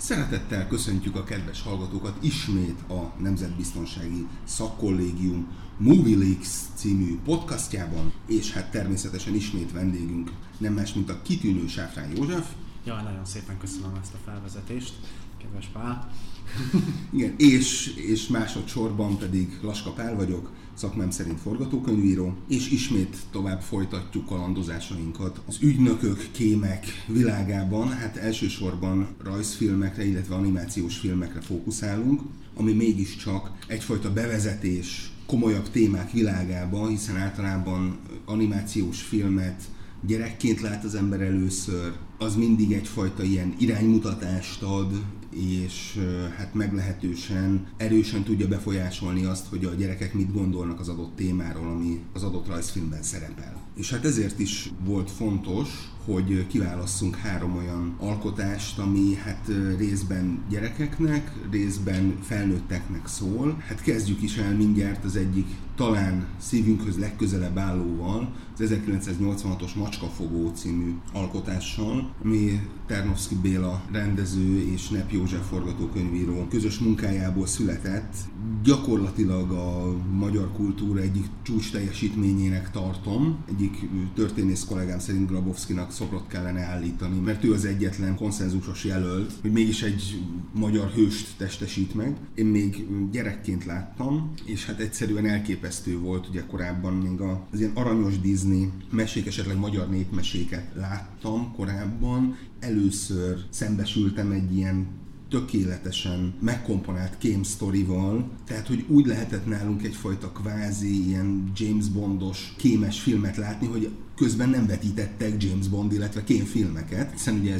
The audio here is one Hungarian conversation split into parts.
Szeretettel köszöntjük a kedves hallgatókat ismét a Nemzetbiztonsági Szakkollégium Movie Leaks című podcastjában, és hát természetesen ismét vendégünk nem más, mint a kitűnő Sáfrány József. Jaj, nagyon szépen köszönöm ezt a felvezetést, kedves Pál. Igen, és másodszorban pedig Laska Pál vagyok, szakmám szerint forgatókönyvíró, és ismét tovább folytatjuk kalandozásainkat az ügynökök, kémek világában. Hát elsősorban rajzfilmekre, illetve animációs filmekre fókuszálunk, ami mégiscsak egyfajta bevezetés komolyabb témák világába, hiszen általában animációs filmet gyerekként lát az ember először, az mindig egyfajta ilyen iránymutatást ad, és hát meglehetősen erősen tudja befolyásolni azt, hogy a gyerekek mit gondolnak az adott témáról, ami az adott rajzfilmben szerepel. És hát ezért is volt fontos, hogy kiválasszunk 3 olyan alkotást, ami hát részben gyerekeknek, részben felnőtteknek szól. Hát kezdjük is el mindjárt az egyik talán szívünkhöz legközelebb állóval, az 1986-os Macskafogó című alkotással, ami Ternovszky Béla rendező és Nepp József forgatókönyvíró közös munkájából született. Gyakorlatilag a magyar kultúra egyik csúcs teljesítményének tartom. Egyik történész kollégám szerint Grabowskinak szobrot kellene állítani, mert ő az egyetlen konszenzusos jelölt, hogy mégis egy magyar hőst testesít meg. Én még gyerekként láttam, és hát egyszerűen elképesztő volt, ugye korábban még az ilyen aranyos Disney mesék, esetleg magyar népmeséket láttam korábban. Először szembesültem egy ilyen tökéletesen megkomponált kém sztorival, tehát hogy úgy lehetett nálunk egyfajta kvázi ilyen James Bondos kémes filmet látni, hogy közben nem vetítettek James Bond, illetve kémfilmeket, hiszen ugye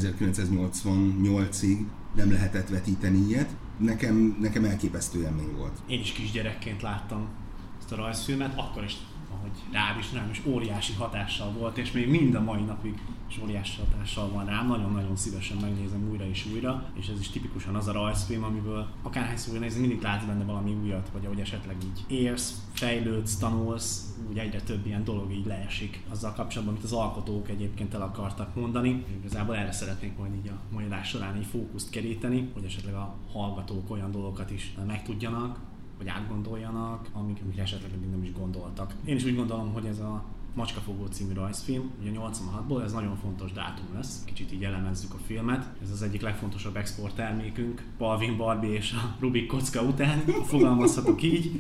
1988-ig nem lehetett vetíteni ilyet. Nekem elképesztő élmény volt. Én is kisgyerekként láttam ezt a rajzfilmet, akkor is, ahogy rám is óriási hatással volt, és még mind a mai napig is óriási hatással van rám. Nagyon-nagyon szívesen megnézem újra és újra, és ez is tipikusan az a rajzfilm, amiből akárhányszor nézni, mindig látsz benne valami újat, vagy ahogy esetleg így élsz, fejlődsz, tanulsz, úgy egyre több ilyen dolog így leesik azzal kapcsolatban, amit az alkotók egyébként el akartak mondani. Igazából erre szeretnénk majd így a mai adás során így fókuszt keríteni, hogy esetleg a hallgatók olyan dolgokat is megtudjanak, vagy átgondoljanak, amikre esetleg nem is gondoltak. Én is úgy gondolom, hogy ez a Macskafogó című rajzfilm, ugye 86-ból, ez nagyon fontos dátum lesz. Kicsit így elemezzük a filmet. Ez az egyik legfontosabb export termékünk, Balvin Barbie és a Rubik kocka után, fogalmazhatok így.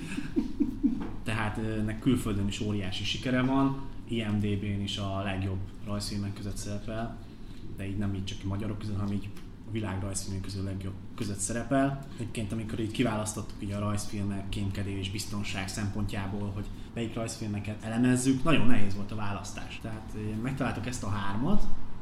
Tehát ennek külföldön is óriási sikere van, IMDb-n is a legjobb rajzfilmek között szerepel, de így nem így csak a magyarok között, hanem így a világ rajzfilmek közül legjobb között szerepel. Egyébként amikor így kiválasztottuk így a rajzfilmek kémkedés, biztonság szempontjából, hogy melyik rajzfilmeket elemezzük, nagyon nehéz volt a választás. Tehát megtaláltuk ezt a 3-at,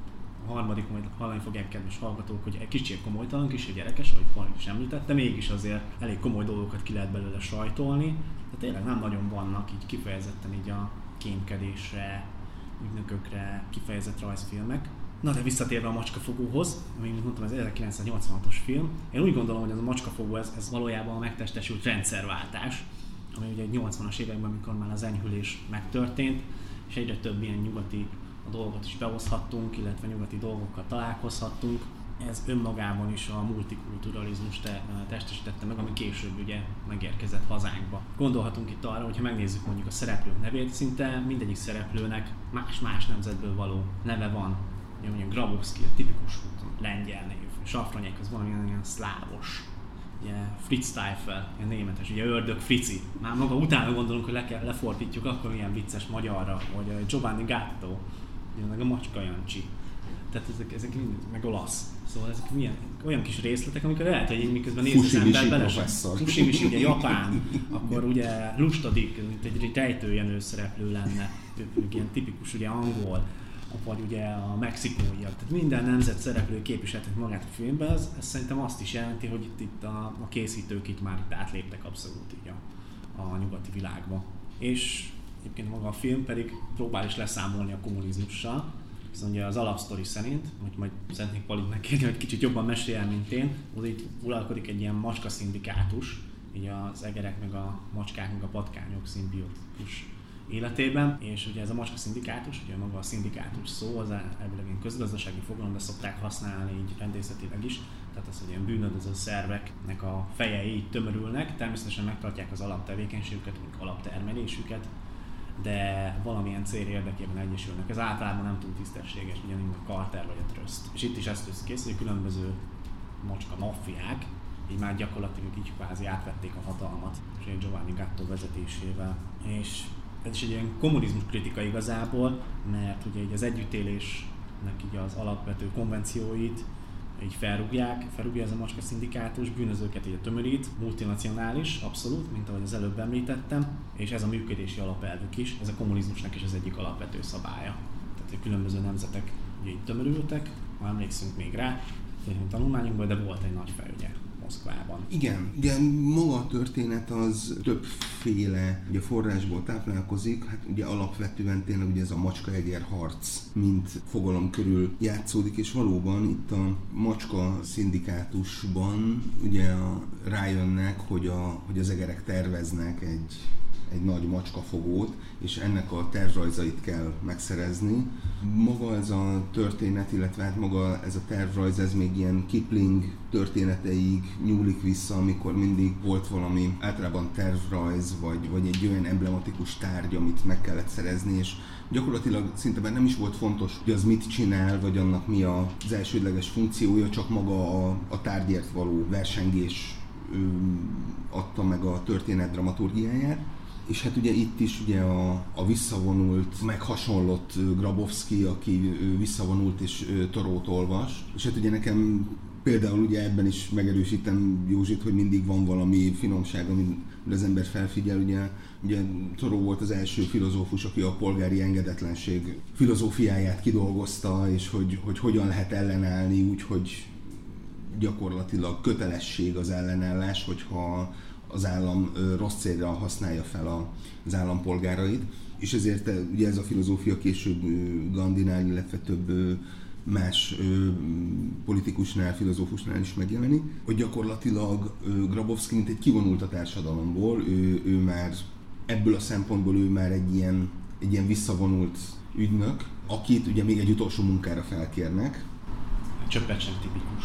a harmadik majd hallani fogják kedves hallgatók, hogy egy kicsit komolytalan, kicsit gyerekes, ahogy Pali is említette, mégis azért elég komoly dolgokat ki lehet belőle sajtolni. De tényleg nem nagyon vannak így kifejezetten így a kémkedésre, ügynökökre kifejezett rajzfilmek. Na de visszatérve a Macskafogóhoz, ami, mint mondtam, ez 1986-os film. Én úgy gondolom, hogy ez a Macskafogó, ez valójában a megtestesült rendszerváltás, ami ugye egy 80-as években, amikor már az enyhülés megtörtént, és egyre több ilyen nyugati dolgot is behozhattunk, illetve nyugati dolgokkal találkozhattunk. Ez önmagában is a multikulturalizmus testesítette meg, ami később ugye megérkezett hazánkba. Gondolhatunk itt arra, hogyha megnézzük mondjuk a szereplők nevét, szinte mindegyik szereplőnek más-más nemzetből való neve van. Mondjuk Grabowski, a tipikus lengyel név, Safranyék az valamilyen ilyen szlávos, ugye Fritz Steifel, ilyen németes, ugye Ördög Frici. Már maga utána gondolunk, hogy lefordítjuk, akkor ilyen vicces magyarra, vagy Giovanni Gatto, meg a Macska Jancsi. Tehát ezek mind, meg olasz. Szóval ezek olyan kis részletek, amikor lehet, hogy miközben néz az ember bele. Fushimishi, ugye Japán, akkor ugye Lustadik, mint egy rejtőjenő szereplő lenne, ők ilyen tipikus ugye angol, vagy ugye a mexikóiak. Tehát minden nemzet szereplő képviseltet magát a filmben, ez szerintem azt is jelenti, hogy itt a készítők itt már átléptek abszolút így a nyugati világba. És egyébként maga a film pedig próbál is leszámolni a kommunizmussal. Viszont ugye az alapsztori szerint, hogy majd szeretnék Palit megkérni, hogy kicsit jobban meséljen, mint én, hogy itt uralkodik egy ilyen macska szindikátus, így az egerek, meg a macskák, meg a patkányok szimbiotikus életében, és ugye ez a macska szindikátus, ugye maga a szindikátus szó, az elvileg ilyen közgazdasági fogalom, de szokták használni így rendészetileg is, tehát az, hogy ilyen bűnöldöző szerveknek a fejei így tömörülnek, természetesen megtartják az alaptevékenységüket, mondjuk alaptermelésüket, de valamilyen cél érdekében egyesülnek. Ez általában nem túl tisztességes, ugyanígy a karter vagy a tröszt. És itt is ezt tűz ki, hogy különböző macska maffiák, így már gyakorlatilag így kvázi átvették a hatalmat, és Giovanni Gatto vezetésével. És ez is egy ilyen kommunizmus kritika igazából, mert ugye így az együttélésnek így az alapvető konvencióit így felrúgja ez a macska szindikátus, bűnözőket így tömörít, multinacionális, abszolút, mint ahogy az előbb említettem, és ez a működési alapelvük is, ez a kommunizmusnak is az egyik alapvető szabálya. Tehát a különböző nemzetek ugye így tömörültek, ha emlékszünk még rá, tanulmányunkban, de volt egy nagy fej, ugye, Moszkvában. Igen, ugye maga a történet az többféle ugye, forrásból táplálkozik, hát ugye alapvetően tényleg ugye ez a macska-egér harc, mint fogalom körül játszódik, és valóban itt a macska szindikátusban ugye rájönnek, hogy az egerek terveznek egy nagy macskafogót, és ennek a tervrajzait kell megszerezni. Maga ez a történet, illetve hát maga ez a tervrajz, ez még ilyen Kipling történeteig nyúlik vissza, amikor mindig volt valami általában tervrajz, vagy egy olyan emblematikus tárgy, amit meg kellett szerezni, és gyakorlatilag szinte nem is volt fontos, hogy az mit csinál, vagy annak mi az elsődleges funkciója, csak maga a tárgyért való versengés adta meg a történet dramaturgiáját. És hát ugye itt is ugye a visszavonult, meg hasonlott Grabowski, aki visszavonult és Thoreaut olvas. És hát ugye nekem például ugye ebben is megerősítem Józsit, hogy mindig van valami finomság, amit az ember felfigyel. Ugye Thoreau volt az első filozófus, aki a polgári engedetlenség filozófiáját kidolgozta, és hogy hogyan lehet ellenállni úgy, hogy gyakorlatilag kötelesség az ellenállás, hogyha az állam rossz célra használja fel az állampolgárait, és ezért ugye ez a filozófia később Gandhinál, illetve több más politikusnál, filozófusnál is megjelenik, hogy gyakorlatilag Grabowski mint egy kivonult a társadalomból, ő már ebből a szempontból ő már egy ilyen visszavonult ügynök, akit ugye még egy utolsó munkára felkérnek. Csöppet sem tipikus.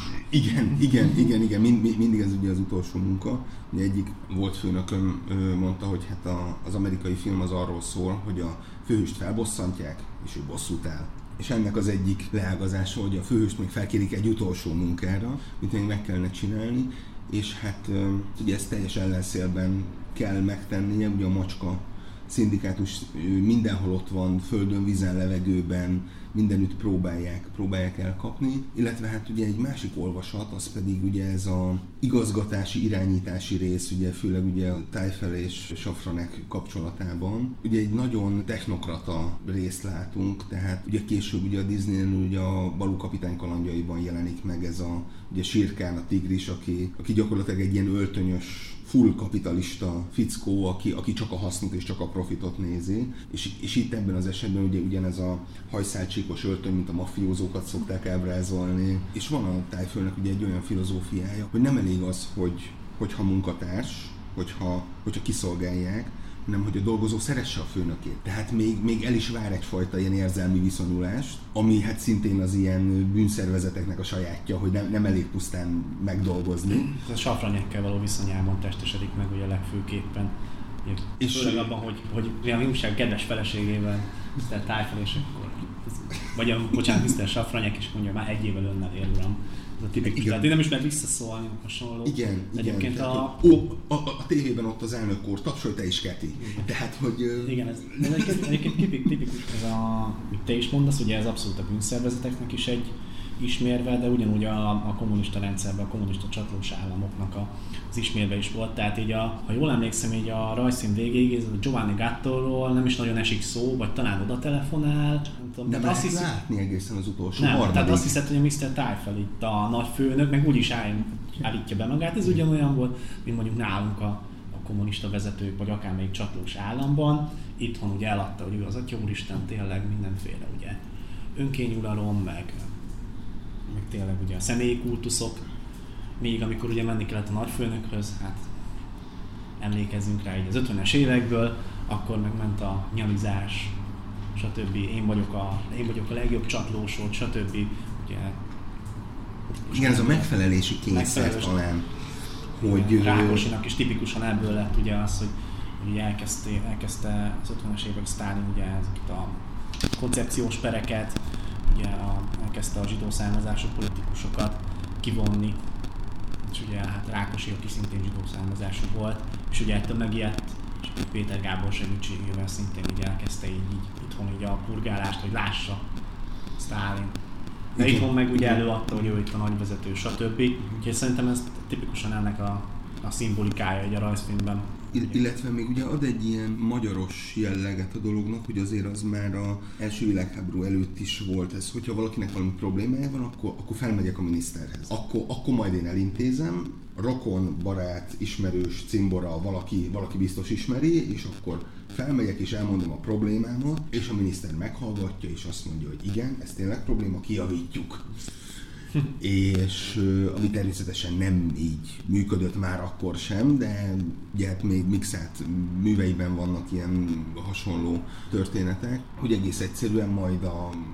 Igen, mindig ez ugye az utolsó munka. Ugye egyik volt főnököm mondta, hogy hát az amerikai film az arról szól, hogy a főhőst felbosszantják, és ő bosszút áll. És ennek az egyik leágazása, hogy a főhőst még felkérik egy utolsó munkára, mint még meg kellene csinálni, és hát ugye ezt teljes ellenszélben kell megtennie, ugye a macska szindikátus mindenhol ott van, földön, vízen, levegőben, mindenütt próbálják elkapni, illetve hát ugye egy másik olvasat, az pedig ugye ez a igazgatási, irányítási rész, ugye főleg ugye a Tájfel és Safranek kapcsolatában. Ugye egy nagyon technokrata részt látunk, tehát ugye később ugye a Disney-nél ugye a Balú kapitány kalandjaiban jelenik meg ez a ugye Shere Khan, a tigris, aki gyakorlatilag egy ilyen öltönyös, full kapitalista fickó, aki csak a hasznot és csak a profitot nézi, és itt ebben az esetben ugye ugyanez a hajszálcsíkos öltöny, mint a mafiózókat szokták ábrázolni. És van a Tájföldnek ugye egy olyan filozófiája, hogy nem elég az, hogyha munkatárs, hogyha kiszolgálják, hanem hogy a dolgozó szeresse a főnökét. Tehát még el is vár egyfajta ilyen érzelmi viszonyulást, ami hát szintén az ilyen bűnszervezeteknek a sajátja, hogy nem elég pusztán megdolgozni. Ez a Safranyekkel való viszonyában testesedik meg ugye legfőképpen. És főleg abban, hogy olyan újság kedves feleségével, Mr. Tájfel, és akkor Mr. Safranyek is mondja, már egy évvel önnel él, uram. Ez a tipikus, de nem is lehet visszaszólni, hasonló. Igen. Egyébként a tévében ott az elnök úr, tapsolj te is, Keti. Tehát, hogy... Igen, ez egyébként tipikus, ez amit te is mondasz, ugye ez abszolút a bűnszervezeteknek is egy ismérve, de ugyanúgy a kommunista rendszerben, a kommunista csatlós államoknak az ismérve is volt. Tehát így ha jól emlékszem, így a rajzszín végéig a Giovanni Gattóról nem is nagyon esik szó, vagy talán oda telefonál. Nem tudom, de azt hiszem, látni egészen az utolsó harmadik. Tehát azt hiszed, hogy a Mr. Tájfel itt a nagy főnök, meg úgyis állítja be magát. Ez ugyanolyan volt, mint mondjuk nálunk a kommunista vezetők, vagy akármelyik csatlós államban. Itthon ugye eladta, hogy ő az Atya Úristen, tényleg mindenféle ugye önkényuralom, meg tényleg ugye a személyi kultuszok, még amikor ugye menni kellett a nagyfőnökhöz, hát emlékezzünk rá így az 50-es évekből, akkor meg ment a nyalizás, stb. Én vagyok a legjobb csatlósod, stb. Ugye, igen, ez a megfelelési kényszer talán. Hogy Rákosinak is tipikusan ebből lett ugye az, hogy ugye elkezdte az 50-es évek Sztálin ugye ezeket a koncepciós pereket, ugye elkezdte a zsidó származású politikusokat kivonni, és ugye hát Rákosi, aki szintén zsidó származású volt, és ugye ettől megijedt, és Péter Gábor segítségével szintén így elkezdte így itthon így a purgálást, hogy lássa Sztálin. De itthon meg ugye előadta, hogy ő itt a nagyvezető, stb. Úgyhogy szerintem ez tipikusan ennek a szimbolikája egy a rajzfilmben. Illetve még ugye ad egy ilyen magyaros jelleget a dolognak, hogy azért az már az első világháború előtt is volt ez, hogyha valakinek valami problémája van, akkor felmegyek a miniszterhez. Akkor majd én elintézem, rokon, barát, ismerős, cimbora, valaki biztos ismeri, és akkor felmegyek és elmondom a problémámat, és a miniszter meghallgatja, és azt mondja, hogy igen, ez tényleg probléma, kijavítjuk. És ami természetesen nem így működött már akkor sem, de ugye hát még mixelt műveiben vannak ilyen hasonló történetek, hogy egész egyszerűen majd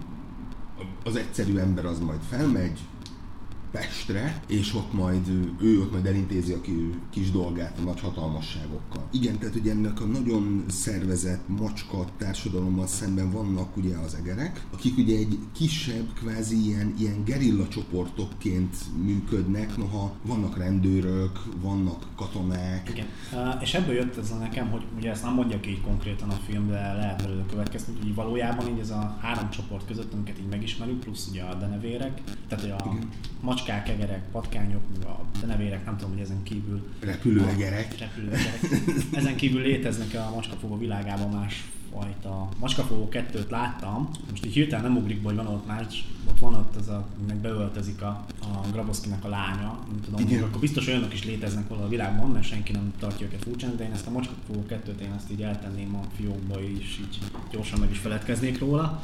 az egyszerű ember az majd felmegy Pestre, és ő ott majd elintézi a kis dolgát a nagy hatalmasságokkal. Igen, tehát ugye ennek a nagyon szervezett macska társadalommal szemben vannak ugye az egerek, akik ugye egy kisebb, kvázi ilyen gerilla csoportokként működnek, noha vannak rendőrök, vannak katonák. Igen. És ebből jött ez nekem, hogy ugye ezt nem mondja ki így konkrétan a film, de lehet belőle következni, hogy valójában így ez a három csoport között, amiket így megismerünk, plusz ugye a denevérek, tehát hogy a macskák, egerek, patkányok, a denevérek, nem tudom, hogy ezen kívül... Repülőegerek. Ezen kívül léteznek a macskafogó világában másfajta. Macskafogó 2-t láttam, most így hirtelen nem ugrik be, hogy van ott más, ott van ott az meg beöltözik a Grabowskinak a lánya, nem tudom, akkor biztos olyanok is léteznek valahol a világban, mert senki nem tartja őket furcsán, de én ezt a Macskafogó 2-t én ezt így eltenném a fiókba, és így gyorsan meg is feledkeznék róla.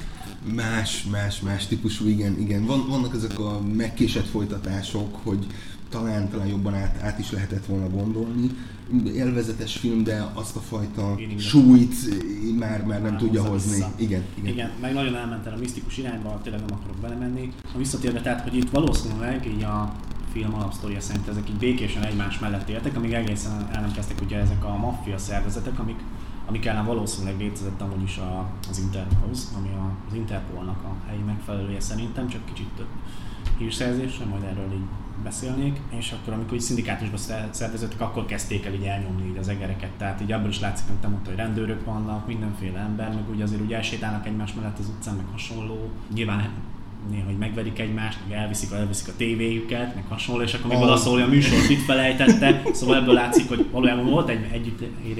Más típusú, igen. Vannak ezek a megkésett folytatások, hogy talán jobban át is lehetett volna gondolni. Élvezetes film, de azt a fajta súlyt már nem tudja hozni. Igen, meg nagyon elment el a misztikus irányba, tényleg nem akarok belemenni. A visszatérve, tehát, hogy itt valószínűleg így a film alapsztoria szerint ezek így békésen egymás mellett éltek, amíg egészen el nem kezdtek ugye ezek a maffia szervezetek, amik ellen valószínűleg létezett amúgy is az Interpol, ami az Interpolnak a helyi megfelelője szerintem, csak kicsit több hírszerzésre, majd erről így beszélnék, és akkor amikor így szindikátusba szervezettek, akkor kezdték el így elnyomni így az egereket, tehát így abból is látszik, amit te mondtad, hogy rendőrök vannak, mindenféle ember, meg ugye azért ugye elsétálnak egymás mellett az utcán, meg hasonló, nyilván néha, hogy megverik egymást, meg elviszik a tévéjüket, meg hasonló, és akkor még odaszól, a műsort itt felejtette, szóval ebből látszik, hogy valójában volt egy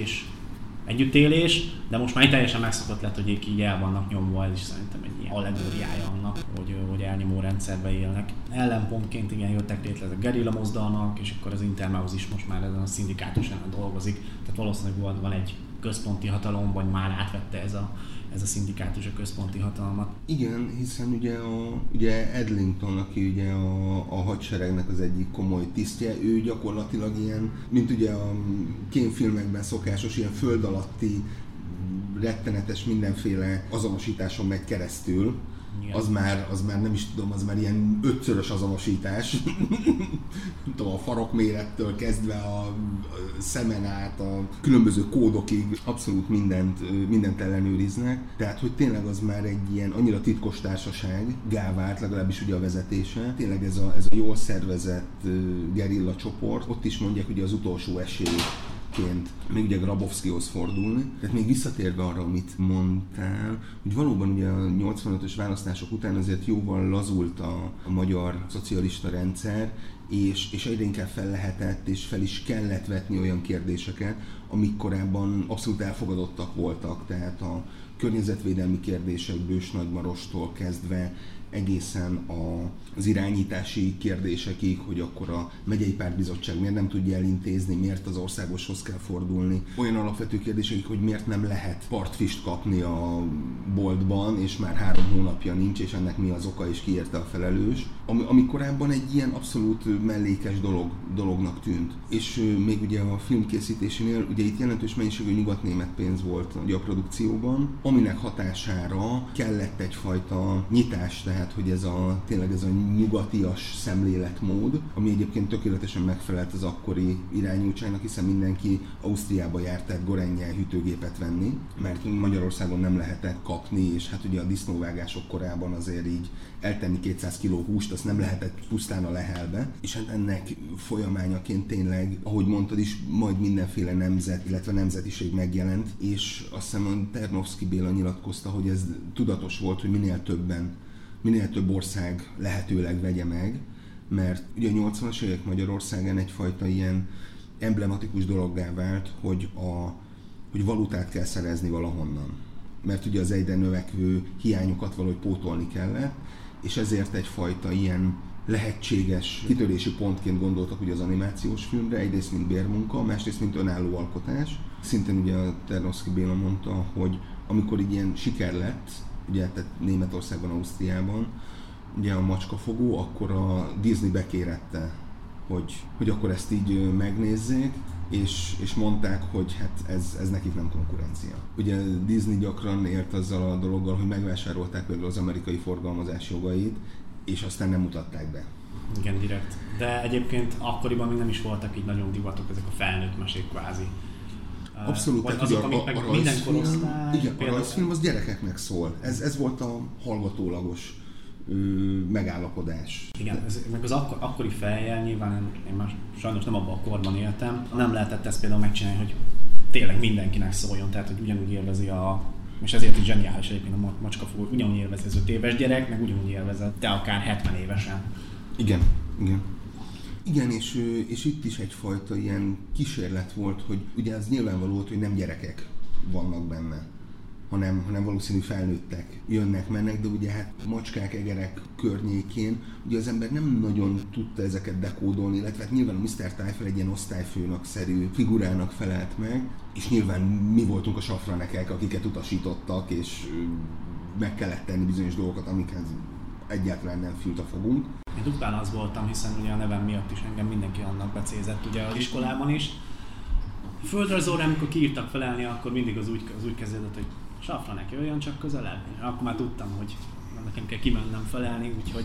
együttélés, de most már teljesen megszokott lett, hogy így el vannak nyomva, ez is szerintem egy ilyen allegóriája annak, hogy elnyomó rendszerbe élnek. Ellenpontként igen jöttek létre ezek gerilla mozdalmak, és akkor az Intermouse is most már ezen a szindikátuson dolgozik, tehát valószínűleg van egy központi hatalom, vagy már átvette ez a szindikátus a központi hatalmat. Igen, hiszen ugye Edlington, aki ugye a hadseregnek az egyik komoly tisztje, ő gyakorlatilag ilyen, mint ugye a kémfilmekben szokásos, ilyen föld alatti rettenetes mindenféle azonosításon megy keresztül. Az már nem is tudom, az már ilyen 5-szörös azonosítás. Tudom, a farokmérettől kezdve a szemen át, a különböző kódokig abszolút mindent ellenőriznek. Tehát, hogy tényleg az már egy ilyen annyira titkos társaság, Gávárt, legalábbis ugye a vezetése. Tényleg ez a jól szervezett gerilla csoport. Ott is mondják, hogy az utolsó esély még ugye Grabowskihoz fordulni. Tehát még visszatérve arra, amit mondtál, hogy valóban ugye a 85-ös választások után azért jóval lazult a magyar szocialista rendszer, és egyre inkább fel lehetett és fel is kellett vetni olyan kérdéseket, amik korábban abszolút elfogadottak voltak. Tehát környezetvédelmi kérdések Bős-Nagymarostól kezdve egészen az irányítási kérdésekig, hogy akkor a megyei pártbizottság miért nem tudja elintézni, miért az országoshoz kell fordulni. Olyan alapvető kérdésekig, hogy miért nem lehet partfist kapni a boltban, és már 3 hónapja nincs, és ennek mi az oka, és ki érte a felelős. Ami korábban egy ilyen abszolút mellékes dolognak tűnt. És még ugye a filmkészítésénél, ugye itt jelentős mennyiségű nyugatnémet pénz volt ugye a produkcióban, aminek hatására kellett egyfajta nyitás, tehát hogy tényleg ez a nyugatias szemléletmód, ami egyébként tökéletesen megfelelt az akkori irányultságnak, hiszen mindenki Ausztriába járt, tehát Gorenje hűtőgépet venni, mert Magyarországon nem lehetett kapni, és hát ugye a disznóvágások korában azért így eltenni 200 kg húst, azt nem lehetett pusztán a Lehelbe, és hát ennek folyamányaként tényleg, ahogy mondtad is, majd mindenféle nemzet, illetve nemzetiség megjelent, és azt hiszem a Ternovszky Béla nyilatkozta, hogy ez tudatos volt, hogy minél több ország lehetőleg vegye meg, mert ugye a 80-as évek Magyarországon egyfajta ilyen emblematikus dologgá vált, hogy valutát kell szerezni valahonnan. Mert ugye az egyre növekvő hiányokat valahogy pótolni kellett, és ezért egyfajta ilyen lehetséges kitörési pontként gondoltak ugye az animációs filmre, egyrészt mint bérmunka, másrészt mint önálló alkotás. Szintén ugye a Ternovszky Béla mondta, hogy amikor így ilyen siker lett, ugye tehát Németországban, Ausztriában, ugye a Macskafogó, akkor a Disney bekérette, hogy akkor ezt így megnézzék, és mondták, hogy hát ez nekik nem konkurencia. Ugye Disney gyakran élt azzal a dologgal, hogy megvásárolták például az amerikai forgalmazás jogait, és aztán nem mutatták be. Igen, direkt. De egyébként akkoriban még nem is voltak így nagyon divatok ezek a felnőtt mesék kvázi. Abszolút, tehát azok, ugye a rajzfilm az gyerekeknek szól. Ez volt a hallgatólagos megállapodás. Igen, meg az akkori fejjel nyilván én már sajnos nem abban a korban éltem. Nem lehetett ezt például megcsinálni, hogy tényleg mindenkinek szóljon, tehát hogy ugyanúgy élvezi és ezért is zseniális egyébként a Macskafogó, ugyanúgy élvezi az 5 éves gyerek, meg ugyanúgy élvezett, de akár 70 évesen. Igen. Igen, és itt is egyfajta ilyen kísérlet volt, hogy ugye az nyilvánvaló volt, hogy nem gyerekek vannak benne, hanem valószínű felnőttek jönnek-mennek, de ugye hát macskák, egerek környékén ugye az ember nem nagyon tudta ezeket dekódolni, illetve hát nyilván a Mr. Tyfel egy ilyen osztályfőnök-szerű figurának felelt meg, és nyilván mi voltunk a safranekek, akiket utasítottak, és meg kellett tenni bizonyos dolgokat, amikhez egyáltalán nem fült a fogunk. Én duplán az voltam, hiszen ugye a nevem miatt is engem mindenki annak becézett ugye az iskolában is. Földrajzóra, amikor kiírtak felelni, akkor mindig az úgy kezdődött, hogy Safranek jöjjön csak közelebb. Akkor már tudtam, hogy nekem kell kimennem felelni, úgyhogy...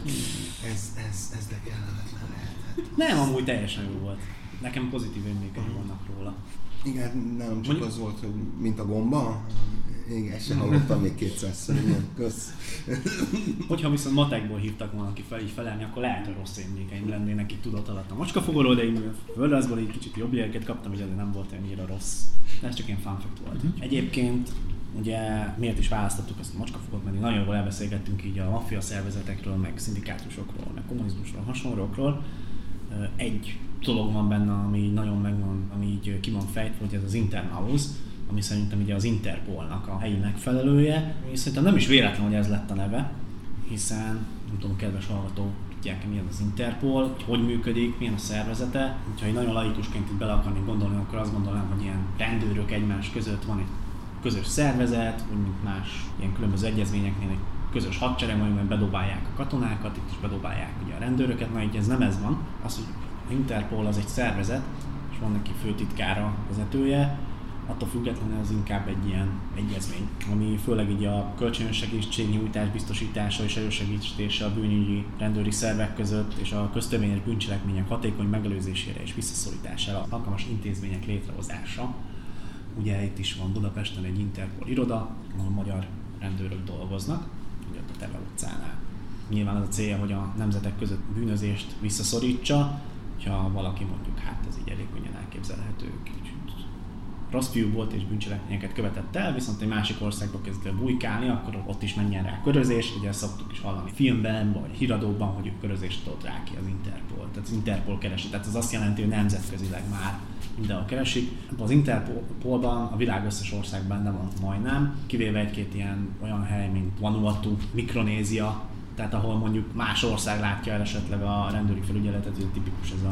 Ez de kellemetlen lehetett. Nem, amúgy teljesen jó volt. Nekem pozitív emlékeim vannak róla. Igen, nem csak az volt, hogy mint a gomba. Igen, ezt sem hallottam még 200-szor. Kösz. Hogyha viszont matekból hívtak volna ki fel, így felelni, akkor lehet, hogy rossz emlékeim lennének, így tudat alatt a Macskafogóról, de én földrajzból egy kicsit jobb jeleket kaptam, hogy azért nem volt annyira rossz. De ez csak ilyen fun fact volt. Egyébként ugye miért is választottuk ezt a Macskafogót, mert nagyon jól elbeszélgettünk így a maffia szervezetekről, meg szindikátusokról, meg kommunizmusról, hasonlókról. Egy dolog van benne, ami nagyon megvan, ami így ki van fejtve, hogy ez az Internaus, ami szerintem ugye az Interpolnak a helyi megfelelője. És szerintem nem is véletlen, hogy ez lett a neve, hiszen nem tudom, kedves hallgatók tudják, milyen az Interpol, hogy működik, milyen a szervezete. Ha nagyon laikusként itt bele akarnék gondolni, akkor azt gondolnám, hogy ilyen rendőrök egymás között van egy közös szervezet, úgy mint más ilyen különböző egyezményeknél egy közös hadsereg, amiben bedobálják a katonákat, itt is bedobálják ugye a rendőröket, mert így ez nem ez van. Az, hogy az Interpol az egy szervezet, és van neki főtitkára, vezetője, attól függetlenül ez inkább egy ilyen egyezmény, ami főleg így a kölcsönös segítségnyújtás biztosítása és elősegítése a bűnügyi rendőri szervek között és a köztörvényes bűncselekmények hatékony megelőzésére és visszaszorítására alkalmas intézmények létrehozása. Ugye itt is van Budapesten egy Interpol iroda, ahol magyar rendőrök dolgoznak, ugye ott a Teve utcánál. Nyilván az a célja, hogy a nemzetek között bűnözést visszaszorítsa, ha valaki mondjuk, hát ez így elég könnyen elképzelhető, rossz fiú volt és bűncselekményeket követett el, viszont egy másik országba kezdett el bujkálni, akkor ott is menjen rá körözés. Ugye szoktuk is hallani filmben vagy híradóban, hogy körözést adott rá ki az Interpol. Tehát az Interpol keresi. Tehát ez azt jelenti, hogy nemzetközileg már mindenhol keresik. Az Interpolban a világ összes ország benne van majdnem, kivéve egy-két ilyen olyan hely, mint Vanuatu, Mikronézia, tehát ahol mondjuk más ország látja el esetleg a rendőri felügyeletet, hogy tipikus ez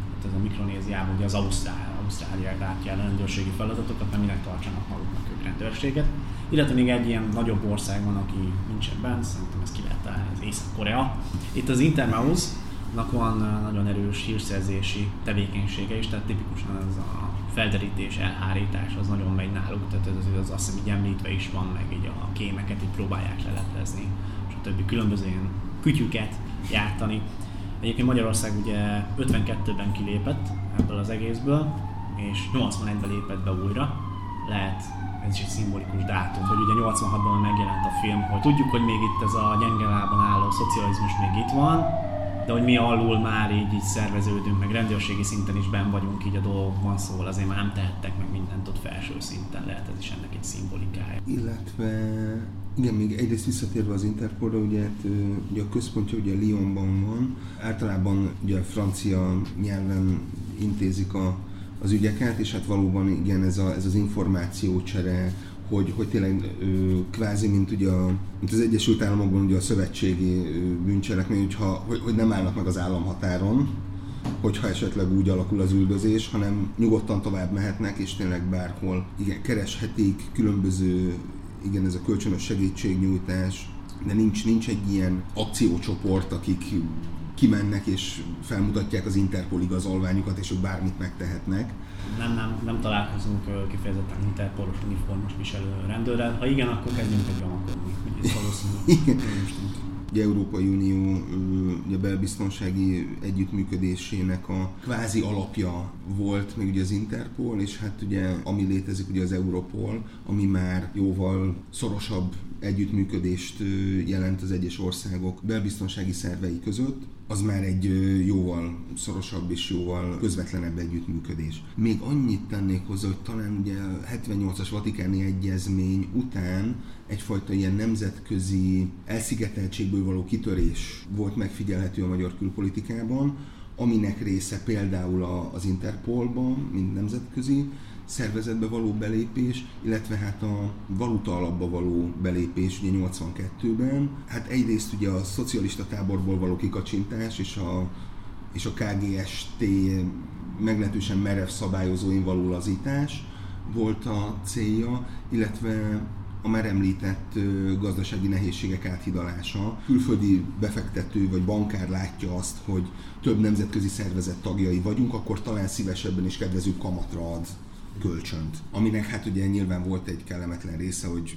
a Mikronéziában, ugye az Ausztrália látja el a rendőrségi feladatokat, nem minek tartsanak maguknak ők rendőrséget. Illetve még egy ilyen nagyobb ország van, aki nincsen benne, szerintem ezt ki lehet találni, ez Észak-Korea. Itt az Intermouse-nak van nagyon erős hírszerzési tevékenysége is, tehát tipikusan ez a felderítés, elhárítás az nagyon megy náluk, tehát ez azt hiszem így említve is van, meg így a kémeket így próbálják leletlezni, és a többi különböző ilyen kütyüket jártani. Egyébként Magyarország ugye 52-ben kilépett ebből az egészből, és 81-ben lépett be újra. Lehet, ez is egy szimbolikus dátum, hogy ugye 86-ban megjelent a film, hogy tudjuk, hogy még itt ez a gyenge lábon álló szocializmus még itt van, de hogy mi alul már így szerveződünk, meg rendőrségi szinten is benn vagyunk így a dolgokban, szóval azért már nem tehettek meg mindent ott felső szinten, lehet ez is ennek egy szimbolikája. Illetve igen, még egyrészt visszatérve az Interpolra, ugye a központja ugye Lyonban van, általában ugye francia nyelven intézik az ügyeket, és hát valóban igen, ez az információcsere, hogy tényleg kvázi, mint ugye mint az Egyesült Államokban ugye a szövetségi bűncselekmény, hogy nem állnak meg az államhatáron, hogyha esetleg úgy alakul az üldözés, hanem nyugodtan tovább mehetnek, és tényleg bárhol igen, kereshetik, különböző, igen, ez a kölcsönös segítségnyújtás, de nincs egy ilyen akciócsoport, akik kimennek és felmutatják az Interpol igazolványukat, és ők bármit megtehetnek. Nem találkozunk kifejezetten Interpolos uniformos viselő rendőrrel. Ha igen, akkor kezdjünk egy gyanakodni. Ez valószínűleg. Ugye Európai Unió ugye belbiztonsági együttműködésének a kvázi alapja volt még ugye az Interpol, és hát ugye ami létezik ugye az Europol, ami már jóval szorosabb együttműködést jelent az egyes országok belbiztonsági szervei között, az már egy jóval szorosabb és jóval közvetlenebb együttműködés. Még annyit tennék hozzá, hogy talán ugye a 78-as Vatikáni Egyezmény után egyfajta ilyen nemzetközi elszigeteltségből való kitörés volt megfigyelhető a magyar külpolitikában, aminek része például az Interpolban, mint nemzetközi szervezetbe való belépés, illetve hát a valuta alapba való belépés ugye 82-ben. Hát egyrészt ugye a szocialista táborból való kikacsintás és a KGST meglehetősen merev szabályozóin való lazítás volt a célja, illetve a már említett gazdasági nehézségek áthidalása. Külföldi befektető vagy bankár látja azt, hogy több nemzetközi szervezet tagjai vagyunk, akkor talán szívesebben és kedvezőbb kamatra ad kölcsönt. Aminek hát ugye nyilván volt egy kellemetlen része, hogy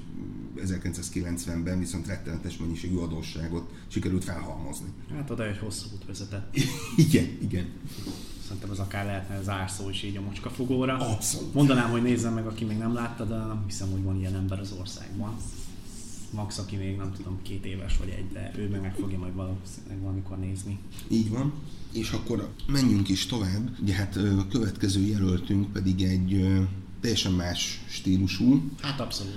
1990-ben viszont rettenetes mennyiségű adósságot sikerült felhalmozni. Hát oda egy hosszú út vezetett. Igen. Szerintem az akár lehetne zárszó is így a mocskafogóra. Abszolút. Mondanám, hogy nézzem meg, aki még nem látta, de nem hiszem, hogy van ilyen ember az országban. Max, aki még nem tudom, 2 éves vagy egy, de ő meg fogja majd valamikor nézni. Így van. És akkor menjünk is tovább. Ugye hát következő jelöltünk pedig egy teljesen más stílusú. Hát abszolút.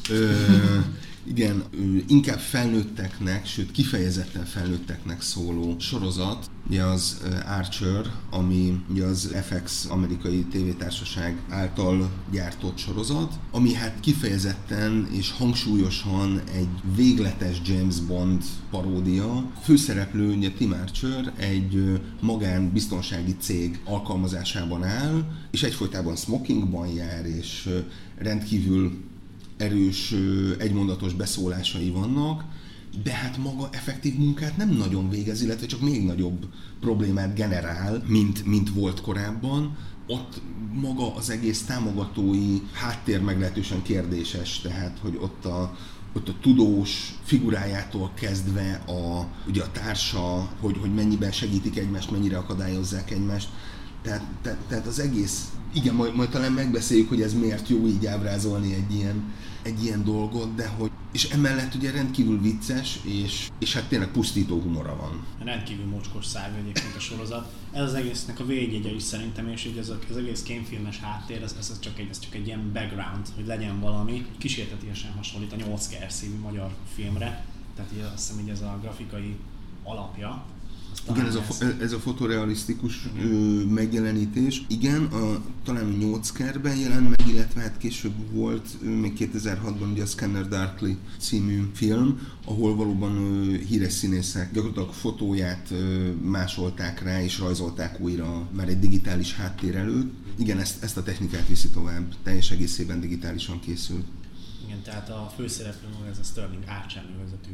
Igen, inkább felnőtteknek, sőt kifejezetten felnőtteknek szóló sorozat, ugye az Archer, ami ugye az FX amerikai tévétársaság által gyártott sorozat, ami hát kifejezetten és hangsúlyosan egy végletes James Bond paródia. Főszereplő ugye Tim Archer egy magánbiztonsági cég alkalmazásában áll, és egyfolytában smokingban jár, és rendkívül erős, egymondatos beszólásai vannak, de hát maga effektív munkát nem nagyon végez, illetve csak még nagyobb problémát generál, mint volt korábban. Ott maga az egész támogatói háttér meglehetősen kérdéses, tehát hogy ott a tudós figurájától kezdve ugye a társa, hogy mennyiben segítik egymást, mennyire akadályozzák egymást. Tehát az egész, igen, majd talán megbeszéljük, hogy ez miért jó így ábrázolni egy ilyen dolgot, de hogy És emellett ugye rendkívül vicces, és hát tényleg pusztító humora van. Rendkívül mocskos szárny egyébként a sorozat. Ez az egésznek a védjegye is szerintem, és így ez az egész kémfilmes háttér, ez csak egy ilyen background, hogy legyen valami. Kísértetiesen hasonlít a 8 Kers című magyar filmre, tehát így azt hiszem, hogy ez a grafikai alapja. Igen, ez a fotorealisztikus megjelenítés. Igen, talán a 8 Kerben jelent meg, illetve hát később volt még 2006-ban ugye a Scanner Darkly című film, ahol valóban híres színészek gyakorlatilag fotóját másolták rá és rajzolták újra már egy digitális háttér előtt. Igen, ezt a technikát viszi tovább, teljes egészében digitálisan készült. Igen, tehát a főszereplő ez a Sterling Archer nevezetű.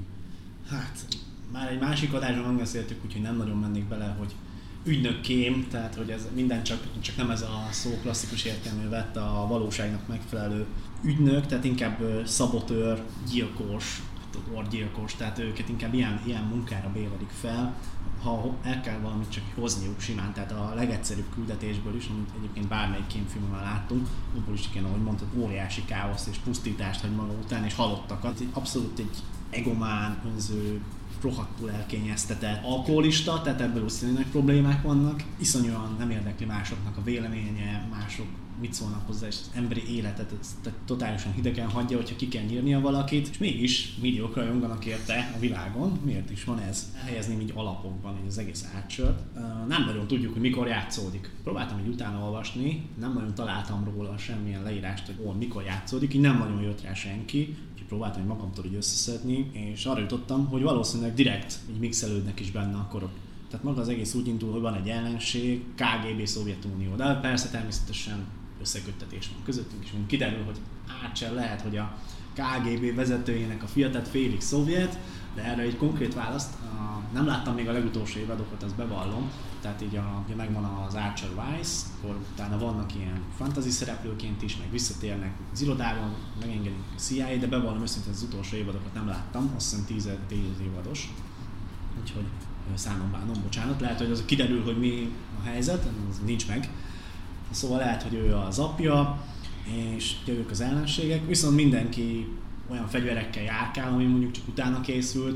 Hát már egy másik adásban megbeszéltük, úgyhogy nem nagyon mennék bele, hogy ügynökkém, tehát hogy ez minden csak nem ez a szó klasszikus értelmű vett a valóságnak megfelelő ügynök, tehát inkább szabotőr, gyilkos, orgyilkos, tehát őket inkább ilyen munkára bérelik fel, ha el kell valamit csak hozniuk simán, tehát a legegyszerűbb küldetésből is, amit egyébként bármelyik kémfilmben láttunk, abból is igen, ahogy mondtad, óriási káoszt és pusztítást hagy maga után, és halottakat. Abszolút egy egomán, önző, rohadtul elkényeztetett alkoholista, tehát ebből úgyszínűleg problémák vannak. Iszonyúan nem érdekli másoknak a véleménye, mások mit szólnak hozzá, és az emberi életet totálisan hidegen hagyja, hogyha ki kell nyírnia valakit, és mégis milliók rajonganak érte a világon. Miért is van ez? Elhelyezném így alapokban így az egész Archert. Nem nagyon tudjuk, hogy mikor játszódik. Próbáltam így utána olvasni, nem nagyon találtam róla semmilyen leírást, hogy mikor játszódik, így nem nagyon jött rá senki. Próbáltam hogy magamtól így összeszedni, és arra jutottam, hogy valószínűleg direkt így mixelődnek is benne a korok. Tehát maga az egész úgy indul, hogy van egy ellenség, KGB, Szovjetunió, de persze természetesen összeköttetés van közöttünk, és kiderül, hogy Archer lehet, hogy a KGB vezetőjének a fia, tehát félig szovjet, de erre egy konkrét választ, nem láttam még a legutolsó évadokat, ezt bevallom, tehát így ugye megvan az Archer Vice, akkor utána vannak ilyen fantasy szereplőként is, meg visszatérnek az irodában, megengedik a CIA, de bevallom őszintén, az utolsó évadokat nem láttam, azt hiszem 10 évados, úgyhogy bánom, bocsánat, lehet, hogy az kiderül, hogy mi a helyzet, az nincs meg, szóval lehet, hogy ő az apja, és ők az ellenségek, viszont mindenki olyan fegyverekkel járkál, ami mondjuk csak utána készült.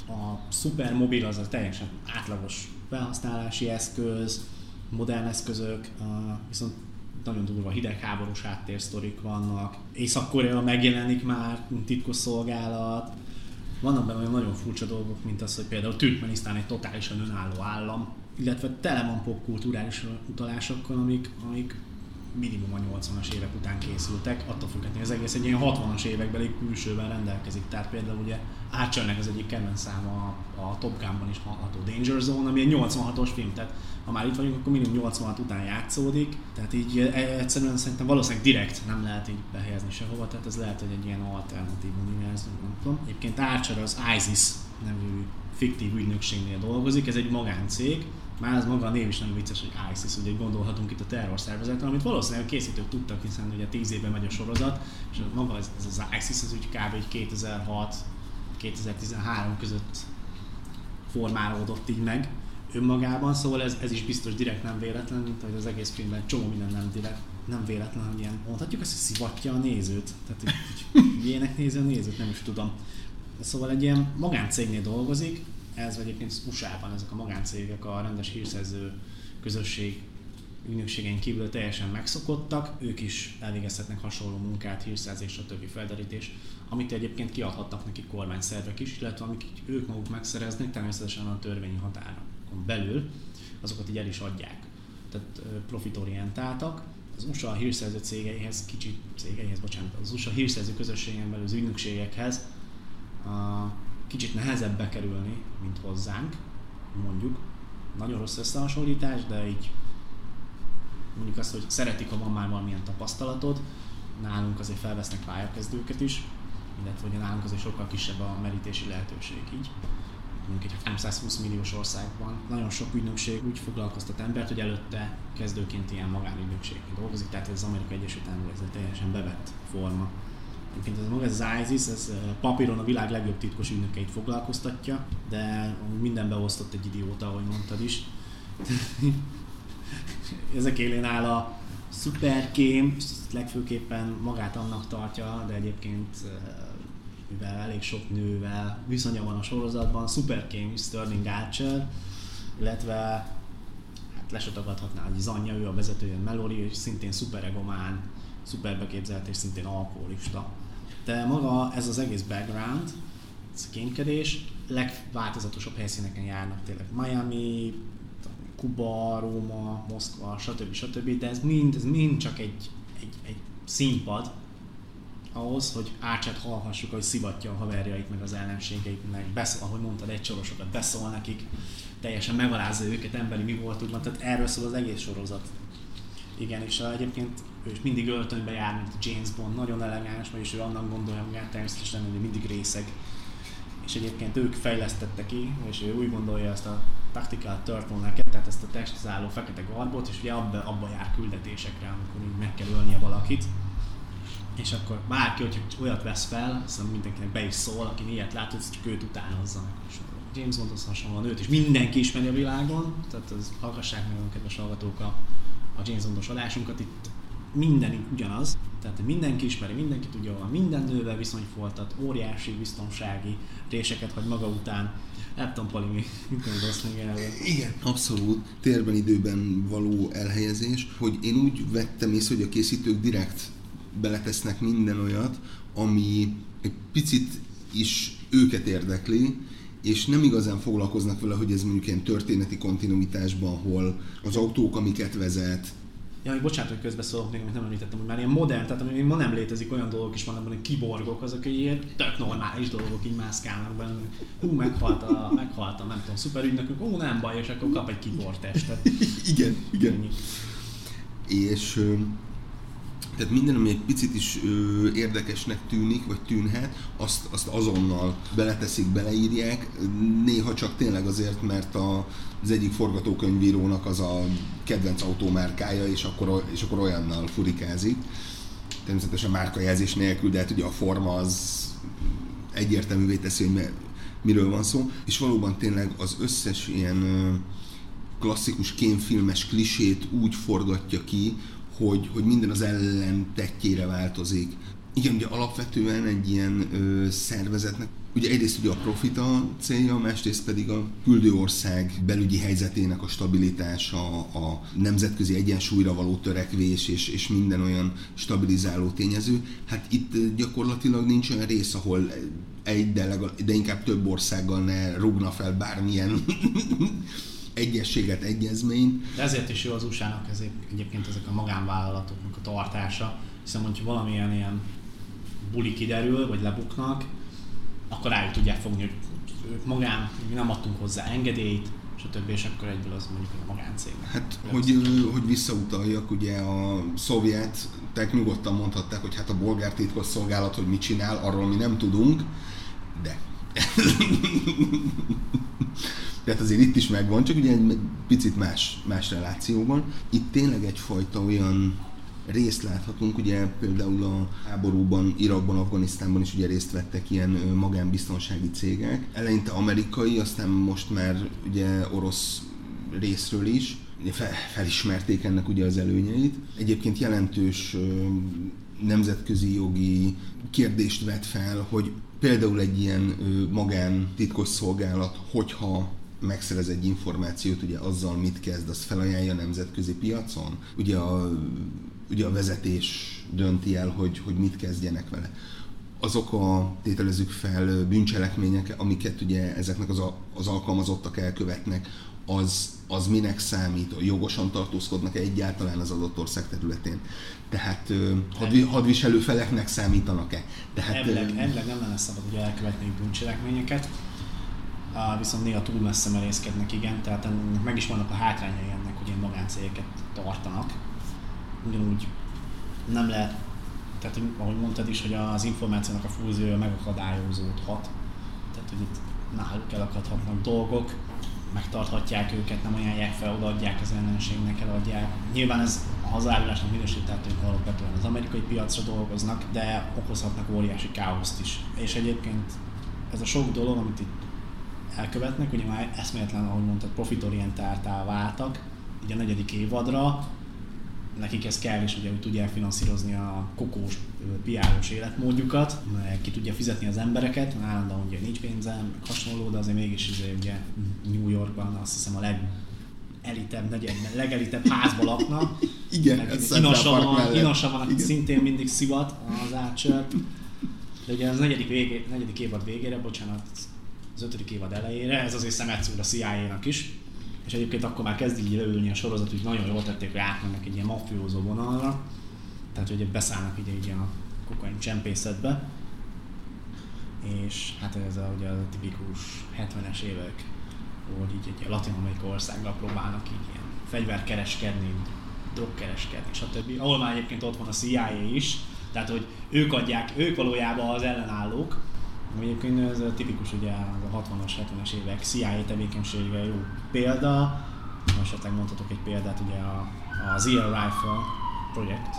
A szupermobil az a teljesen átlagos felhasználási eszköz, modern eszközök, viszont nagyon durva hidegháborús háttérsztorik vannak. Észak-Korea megjelenik már, titkosszolgálat. Vannak benne olyan nagyon furcsa dolgok, mint az, hogy például Türkmenisztán egy totálisan önálló állam, illetve tele van popkulturális utalásokkal, amik minimum a 80-as évek után készültek, attól függetlenül az egész egy ilyen 60-as évekbeli külsőben rendelkezik. Tehát például ugye Archernek az egyik kedvenc száma a Top Gunban is hallható Danger Zone, ami egy 86-os film, tehát ha már itt vagyunk, akkor minimum 86 után játszódik, tehát így egyszerűen szerintem valószínűleg direkt nem lehet így behelyezni sehova, tehát ez lehet, hogy egy ilyen alternatív univerzum, nem tudom. Egyébként Archer az ISIS nevű fiktív ügynökségnél dolgozik, ez egy magáncég. Már az maga a név is nagyon vicces, hogy ISIS, ugye gondolhatunk itt a terrorszervezetre, amit valószínűleg a készítők tudtak, hiszen ugye 10 évben megy a sorozat, és maga ez az ISIS az úgy kb. 2006-2013 között formálódott így meg önmagában, szóval ez is biztos direkt nem véletlen, mint ahogy az egész filmben csomó minden nem véletlen, hogy ilyen, mondhatjuk azt, hogy szivatja a nézőt, tehát hogy ilyenek nézi a nézőt, nem is tudom. Szóval egy ilyen magáncégnél dolgozik, ez egyébként az USA-ban ezek a magáncégek a rendes hírszerző közösség ügynökségein kívül teljesen megszokottak, ők is elvégezhetnek hasonló munkát, hírszerzés, stb. Felderítés, amit egyébként kiadhatnak neki kormányszervek is, illetve amik ők maguk megszereznek, természetesen a törvényi határon belül, azokat így el is adják. Tehát profitorientáltak. Az USA hírszerző az USA hírszerző közösségen belül az ügynökségekhez kicsit nehezebb bekerülni, mint hozzánk, mondjuk. Nagyon rossz összehasonlítás, de így mondjuk azt, hogy szeretik, ha van már valamilyen tapasztalatod, nálunk azért felvesznek pályakezdőket is, illetve hogy nálunk azért sokkal kisebb a merítési lehetőség így. Mondjuk egy 320 milliós országban nagyon sok ügynökség úgy foglalkoztat embert, hogy előtte kezdőként ilyen magánügynökségben dolgozik, tehát ez az Amerikai Egyesült Államok ez egy teljesen bevett forma. Egyébként ez az ISIS, ez papíron a világ legjobb titkos ügynökeit foglalkoztatja, de mindenbe osztott egy idióta, ahogy mondtad is. Ezek élén áll a szuperkém, legfőképpen magát annak tartja, de egyébként mivel elég sok nővel viszonya van a sorozatban, szuperkény Sterling Archer, illetve hát le se tagadhatná, hogy az anyja, ő a vezetője, Mallory, és szintén szuperegomán, szuperbeképzelt és szintén alkoholista. De maga ez az egész background, ez a kémkedés, legváltozatosabb helyszíneken járnak tényleg. Miami, Kuba, Róma, Moszkva, stb. De ez mind csak egy színpad ahhoz, hogy Archert hallhassuk, hogy szivatja a haverjait, meg az ellenségeit, meg beszól, ahogy mondtad, egysorosokat beszól nekik, teljesen megalázza őket emberi mi voltukban, tehát erről szól az egész sorozat. Igen, és egyébként ő is mindig öltönybe jár, mint James Bond, nagyon elegáns, vagyis ő annak gondolja magát természetesen, hogy mindig részeg. És egyébként ők fejlesztette ki, és ő úgy gondolja ezt a tactical turtlenecket, tehát ezt a testhez álló fekete garbot, és ugye abba jár küldetésekre, amikor így meg kell ölnie valakit. És akkor bárki, hogyha olyat vesz fel, aztán mindenkinek be is szól, aki ilyet lát, hogy csak őt utánozza. James Bondhoz hasonlóan őt is mindenki ismeri a világon, tehát az hallgassák meg, kedves hallgatók, a James Bondos adásunkat, itt minden ugyanaz, tehát mindenki ismeri, mindenki tudja, hogy minden nővel viszony folytat, óriási biztonsági réseket hagy maga után. Nem tudom, Pali, mit gondolsz még erről? Igen, abszolút. Térben, időben való elhelyezés, hogy én úgy vettem észre, hogy a készítők direkt beletesznek minden olyat, ami egy picit is őket érdekli, és nem igazán foglalkoznak vele, hogy ez mondjuk ilyen történeti kontinuitásban, hol az autók, amiket vezet. Ja, bocsánat, hogy közbeszólok még, amit nem említettem, hogy már ilyen modern, tehát ami ma nem létezik, olyan dolgok is vannak, hogy kiborgok, azok ilyen tök normális dolgok, így mászkálnak benne. Meghalt a nem tudom, szuperügynökünk, nem baj, és akkor kap egy kibortestet. Igen. És tehát minden, ami egy picit is érdekesnek tűnik, vagy tűnhet, azt azonnal beleteszik, beleírják, néha csak tényleg azért, mert az egyik forgatókönyvírónak az a kedvenc autómárkája, és akkor olyannal furikázik. Természetesen márkajelzés nélkül, de hát ugye a forma az egyértelművé teszi, hogy miről van szó. És valóban tényleg az összes ilyen klasszikus kémfilmes klisét úgy forgatja ki, hogy minden az ellentettjére változik. Igen, ugye alapvetően egy ilyen szervezetnek, ugye egyrészt ugye a profit a célja, másrészt pedig a küldőország belügyi helyzetének a stabilitása, a nemzetközi egyensúlyra való törekvés és minden olyan stabilizáló tényező. Hát itt gyakorlatilag nincs olyan rész, ahol de inkább több országgal ne rúgna fel bármilyen egyességet, egyezményt. De ezért is jó az USA-nak egyébként ezek a magánvállalatoknak a tartása, hiszen hogyha valamilyen ilyen buli kiderül, vagy lebuknak, akkor rájuk tudják fogni, hogy ők mi nem adtunk hozzá engedélyt, stb. És akkor egyből az mondjuk a magáncégnek. Hát, hogy visszautaljak, ugye a szovjetek nyugodtan mondhatták, hogy hát a bolgár titkosszolgálat, hogy mit csinál, arról mi nem tudunk, de... Tehát azért itt is megvan, csak ugye egy picit más relációban. Itt tényleg egyfajta olyan részt láthatunk, ugye például a háborúban, Irakban, Afganisztánban is ugye részt vettek ilyen magánbiztonsági cégek. Eleinte amerikai, aztán most már ugye orosz részről is. Ugye felismerték ennek ugye az előnyeit. Egyébként jelentős nemzetközi jogi kérdést vet fel, hogy például egy ilyen magán titkosszolgálat, hogyha megszerez egy információt, ugye azzal mit kezd, azt felajánlja a nemzetközi piacon. Ugye a vezetés dönti el, hogy mit kezdjenek vele. Azok a, tételezzük fel, bűncselekmények, amiket ugye ezeknek az alkalmazottak elkövetnek, az minek számít, jogosan tartózkodnak egyáltalán az adott ország területén. Tehát hadviselő feleknek számítanak-e? Elvileg nem lenne szabad ugye elkövetni bűncselekményeket, viszont néha túl messze merészkednek, igen, tehát meg is vannak a hátrányai ennek, hogy ilyen magáncégeket tartanak. Ugyanúgy nem lehet, tehát ahogy mondtad is, hogy az információnak a fúziója megakadályozódhat. Tehát, hogy itt náluk elakadhatnak dolgok, megtarthatják őket, nem ajánlják fel, odaadják az ellenségnek, eladják. Nyilván ez a hazárulásnak minősíthető, hogy alapvetően az amerikai piacra dolgoznak, de okozhatnak óriási káoszt is. És egyébként ez a sok dolog, amit itt elkövetnek, ugye már eszméletlen, ahogy mondtad, profitorientáltá váltak, így a 4. évadra, nekik ez kell, és ugye hogy tudják finanszírozni a kokós, piáros életmódjukat, meg ki tudja fizetni az embereket, állandóan ugye nincs pénzem, hasonló, de azért mégis ugye New Yorkban azt hiszem a legelitebb házba laknak. Igen, Inasa van, aki szintén mindig szivat az Archer. De ugye az negyedik évad végére, bocsánat, az 5. évad elejére, ez azért szemet szúr a CIA-nak is. És egyébként akkor már kezd így leülni a sorozat, hogy nagyon jól tették, hogy átmennek egy ilyen mafiózó vonalra. Tehát, hogy beszállnak így a kokain csempészetbe. És hát ez ugye a tipikus 70-es évek, hogy így egy latin-amerikai országgal próbálnak így ilyen fegyverkereskedni, drogkereskedni, stb. Ahol már egyébként ott van a CIA is, tehát hogy ők valójában az ellenállók. Egyébként ez a tipikus ugye a 60-as, 70-es évek CIA tevékenysége jó példa. Esetleg mondhatok egy példát, ugye a Zero Rifle Project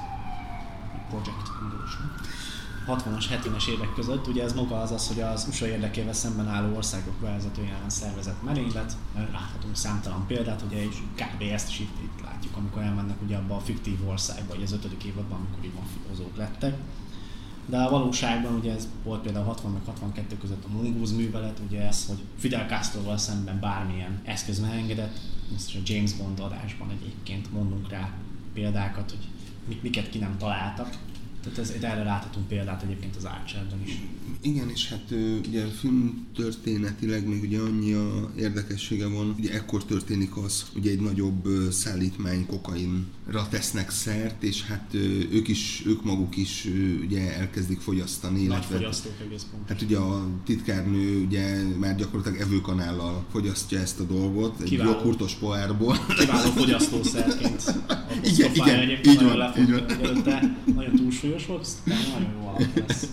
60-as, 70-es évek között, ugye ez maga az, hogy az USA érdekével szemben álló országok vezetői ellen szervezett merénylet. Láthatunk számtalan példát, ugye és kb. Ezt is itt látjuk, amikor elmennek ugye abba a fiktív országba, ugye az 5. évadban, amikor így mafiózók lettek. De a valóságban ugye ez volt például 60 meg 62 között a Mongoose művelet, ugye ez, hogy Fidel Castroval szemben bármilyen eszköz megengedett, most a James Bond adásban egyébként mondunk rá példákat, hogy miket ki nem találtak. Tehát erre láthatunk példát egyébként az Archerben is. Igen, és hát ugye a film történetileg még ugye annyi a érdekessége van, ugye ekkor történik az, ugye egy nagyobb szállítmány kokainra tesznek szert, és hát ők maguk is ugye elkezdik fogyasztani. Nagy fogyasztók egész pont. Hát ugye a titkárnő ugye már gyakorlatilag evőkanállal fogyasztja ezt a dolgot, egy joghurtos pohárból. Kiváló fogyasztószerként. Igen, így van. Nagyon túlsúlyos volt, de nagyon jó alap lesz.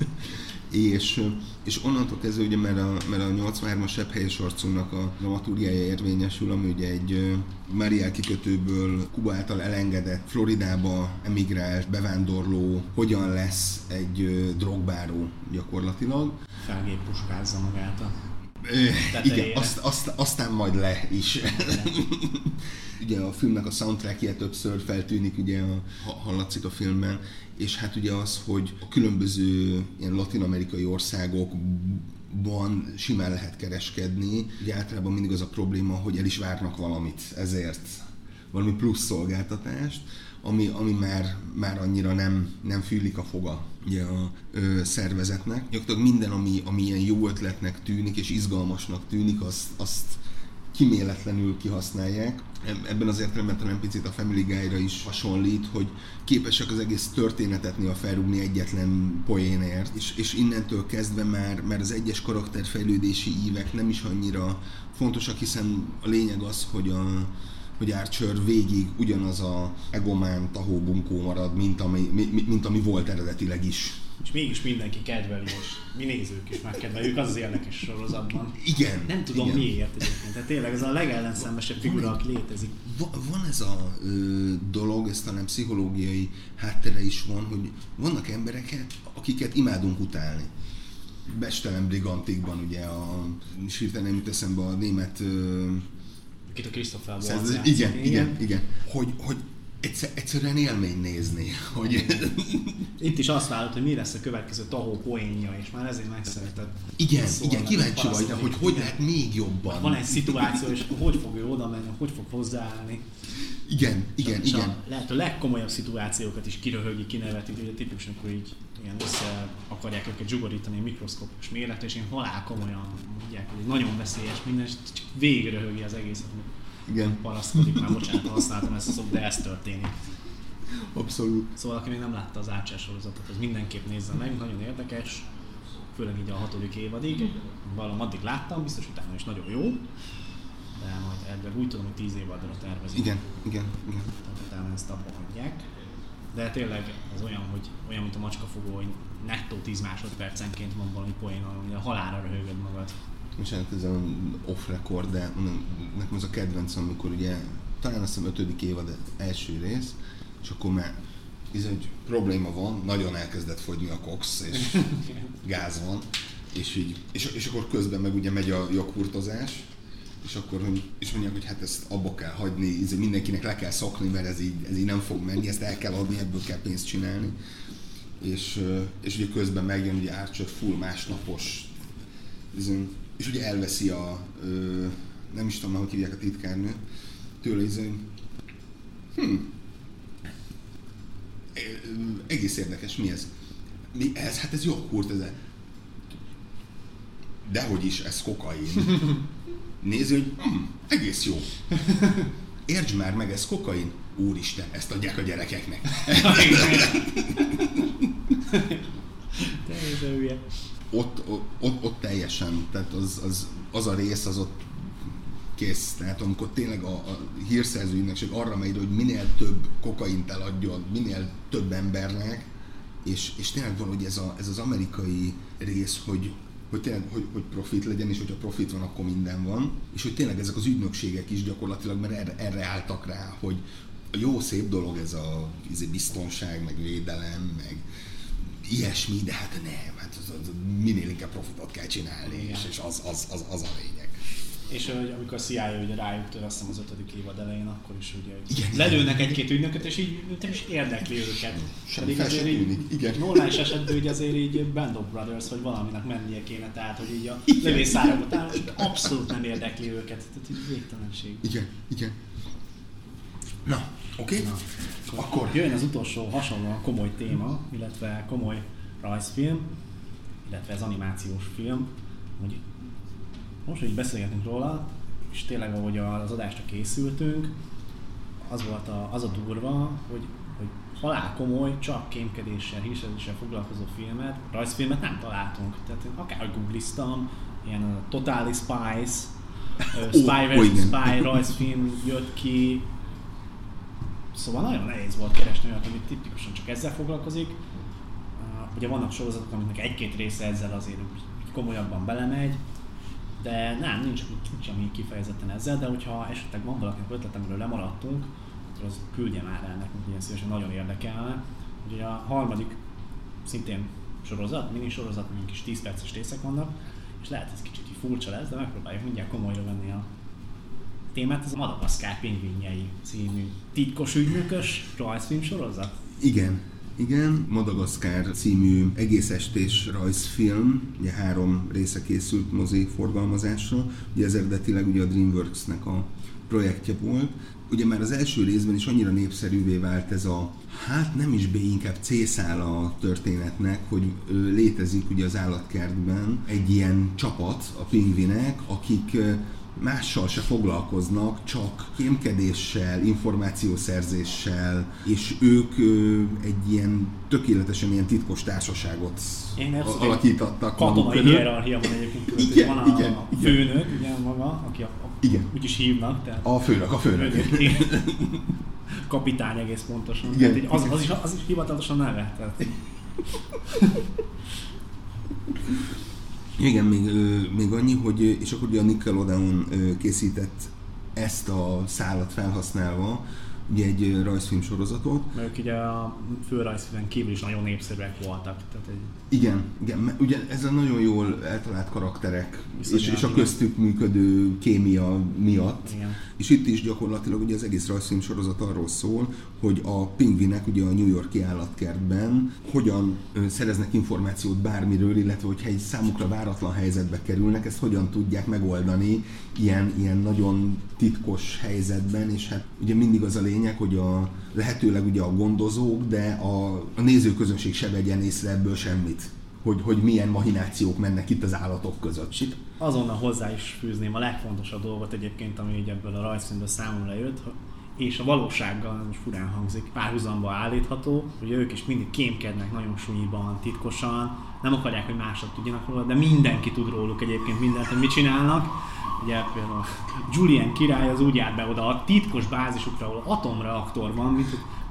És onnantól kezdve ugye, mert a 83-as Sebb helyes arcunknak a dramaturgiája érvényesül, ami ugye egy Mariel kikötőből Kuba által elengedett Floridába emigrált bevándorló hogyan lesz egy drogbáró gyakorlatilag. Felgéppuskázza magát a igen, aztán majd le is. Ugye a filmnek a soundtrackje többször feltűnik, ugye hallatszik a filmben, és hát ugye az, hogy a különböző ilyen latin-amerikai országokban simán lehet kereskedni. Ugye általában mindig az a probléma, hogy el is várnak valamit ezért, valami plusz szolgáltatást, ami már annyira nem fűlik a foga ugye a szervezetnek. Gyakorlatilag minden, ami ilyen jó ötletnek tűnik és izgalmasnak tűnik, azt kiméletlenül kihasználják. Ebben az értelemben talán picit a Family Guy-ra is hasonlít, hogy képesek az egész történetet néha felrúgni egyetlen poénért, és innentől kezdve már az egyes karakterfejlődési ívek nem is annyira fontosak, hiszen a lényeg az, hogy Archer végig ugyanaz a egomán tahóbunkó marad, mint ami volt eredetileg is. És mégis mindenki kedveli, és mi nézők is megkedveljük, az érdekes sorozatban. Igen. Nem tudom igen. Miért egyébként, tehát tényleg ez a legellenszenvesebb figura, aki létezik. Van ez a dolog, ez talán pszichológiai háttere is van, hogy vannak embereket, akiket imádunk utálni. Bestelen Brigantikban ugye és hirtelen nem jut eszembe a német... Akit a Christopher Waltz Igen. Hogy egyszerűen élmény nézni. Hogy... Itt is azt várod, hogy mi lesz a következő tahó poénja, és már ezért megszereted. Igen, kíváncsi vagy, de hogy lehet még jobban. Van egy szituáció, és hogy fog ő oda menni, hogy fog hozzáállni. Igen. Lehet a legkomolyabb szituációkat is kiröhögi, kineveti, ugye tipikusan, hogy így ilyen össze akarják őket zsugorítani a mikroszkópos méretre, és én halál komolyan mondják, hogy nagyon veszélyes minden, és csak végigröhögi az egészet. Igen. Paraszkodik, már bocsánat, használtam ezt a szót, de ez történik. Abszolút. Szóval aki még nem látta az Archer sorozatot, az mindenképp nézze meg, nagyon érdekes, főleg így a 6. évadig. Valami addig láttam, biztos utána is nagyon jó, de majd ebben úgy tudom, hogy 10 évadra tervezik. Igen. Tehát utána ezt abba hagyják. De tényleg ez olyan, mint a macskafogó, hogy nettó 10 másodpercenként van valami poén, hogy a halálra röhögöd magad. Bocsánat, ez a off record, de nekem ez a kedvenc, amikor ugye talán azt hiszem 5. évad első rész, és akkor már egy probléma van, nagyon elkezdett fogyni a koks, és gáz van, és akkor közben meg ugye megy a joghurtozás, és akkor és mondják, hogy hát ezt abba kell hagyni, mindenkinek le kell szokni, mert ez így nem fog menni, ezt el kell adni, ebből kell pénzt csinálni. És ugye közben megjön ugye Archer full másnapos, és ugye elveszi nem is tudom, hogy hívják a titkárnőt, tőle egész érdekes, mi ez? Mi ez? Hát ez joghurt, ez. Dehogy is, ez kokain. Nézi, hogy egész jó. Értsd már meg, ez kokain. Úristen, ezt adják a gyerekeknek. Teljesen hülye. Ott teljesen, tehát az a rész az ott kész. Tehát amikor tényleg a hírszerző ügynökség arra megy, hogy minél több kokaint eladjon, minél több embernek, és tényleg valahogy ez az amerikai rész, hogy tényleg, hogy profit legyen, és hogyha profit van, akkor minden van. És hogy tényleg ezek az ügynökségek is gyakorlatilag, mert erre álltak rá, hogy a jó szép dolog ez a biztonság, meg védelem, meg ilyesmi, de hát nem, hát minél inkább profitot kell csinálni, és az a lényeg. És amikor a CIA ugye rájuk tör, azt hiszem az 5. évad elején, akkor is ugye, hogy igen, lelőnek egy-két ügynököt, és így nem is érdekli őket. Semmi fel sem tűnik, igen. Normális esetben ugye azért így Band of Brothers, vagy valaminek mennie kéne, tehát hogy így a lövészárok után abszolút nem érdekli őket, tehát így végtelenség. Igen. Na, oké. Akkor jöjjön az utolsó hasonlóan komoly téma, illetve komoly rajzfilm, illetve ez animációs film, hogy most, hogy beszélgetünk róla, és tényleg ahogy az adásra készültünk, az volt az a durva, hogy halál komoly, csak kémkedéssel, hírszerzéssel foglalkozó filmet, rajzfilmet nem találtunk. Tehát akár googliztam, ilyen Totally Spies, Spy vs. Spy rajzfilm jött ki, szóval nagyon nehéz volt keresni olyat, amit tipikusan csak ezzel foglalkozik. Ugye vannak sorozatok, amiknek egy-két része ezzel azért komolyabban belemegy, de nincs ami kifejezetten ezzel, de hogyha esetleg van valakinek ötlet, amiről lemaradtunk, akkor az küldje már el nekünk, ilyen szívesen nagyon érdekelne. Ugye a harmadik szintén sorozat, mini sorozat, mint kis 10 perces részek vannak, és lehet ez kicsit furcsa lesz, de megpróbáljuk mindjárt komolyra venni a témát. Ez a Madagaszkár pingvinjei című titkos ügynökös rajzfilm sorozat. Igen, Madagaszkár című egész estés rajzfilm, ugye 3 része készült mozi forgalmazásra, ugye ez eredetileg ugye a DreamWorks-nek a projektje volt. Ugye már az első részben is annyira népszerűvé vált ez hát nem is B, inkább C szál a történetnek, hogy létezik ugye az állatkertben egy ilyen csapat, a pingvinek, akik mással se foglalkoznak, csak kémkedéssel, információszerzéssel, és ők egy ilyen tökéletesen ilyen titkos társaságot alakítottak maguk katonai hierarchia van egyébként között. Igen, van a főnök, ugye maga, aki úgy is hívnak. Tehát a főnök. Kapitány egész pontosan. Igen, az is hivatalosan neve. Tehát. Igen, még annyi, hogy és akkor ugye a Nickelodeon készített ezt a szálat felhasználva ugye egy rajzfilm sorozatot. Mert ugye a főrajzfilmen kívül is nagyon népszerűek voltak. Tehát Igen, ugye ez a nagyon jól eltalált karakterek és a köztük működő kémia miatt. Igen. És itt is gyakorlatilag ugye az egész rajzfilm sorozat arról szól, hogy a pingvinek ugye a New York-i állatkertben hogyan szereznek információt bármiről, illetve hogyha egy számukra váratlan helyzetbe kerülnek, ezt hogyan tudják megoldani ilyen nagyon titkos helyzetben, és hát ugye mindig az a lényeg, hogy lehetőleg ugye a gondozók, de a nézőközönség se vegyen észre ebből semmit. Hogy milyen mahinációk mennek itt az állatok között. Itt azonnal hozzá is fűzném a legfontosabb dolgot egyébként, ami így ebből a rajzfilmből számomra jött, és a valósággal, most furán hangzik, párhuzamba állítható, hogy ők is mindig kémkednek nagyon súnyiban, titkosan, nem akarják, hogy mások tudjanak róla, de mindenki tud róluk egyébként mindent, hogy mit csinálnak. Ugye például Julian király az úgy jár be oda a titkos bázisukra, ahol atomreaktor van,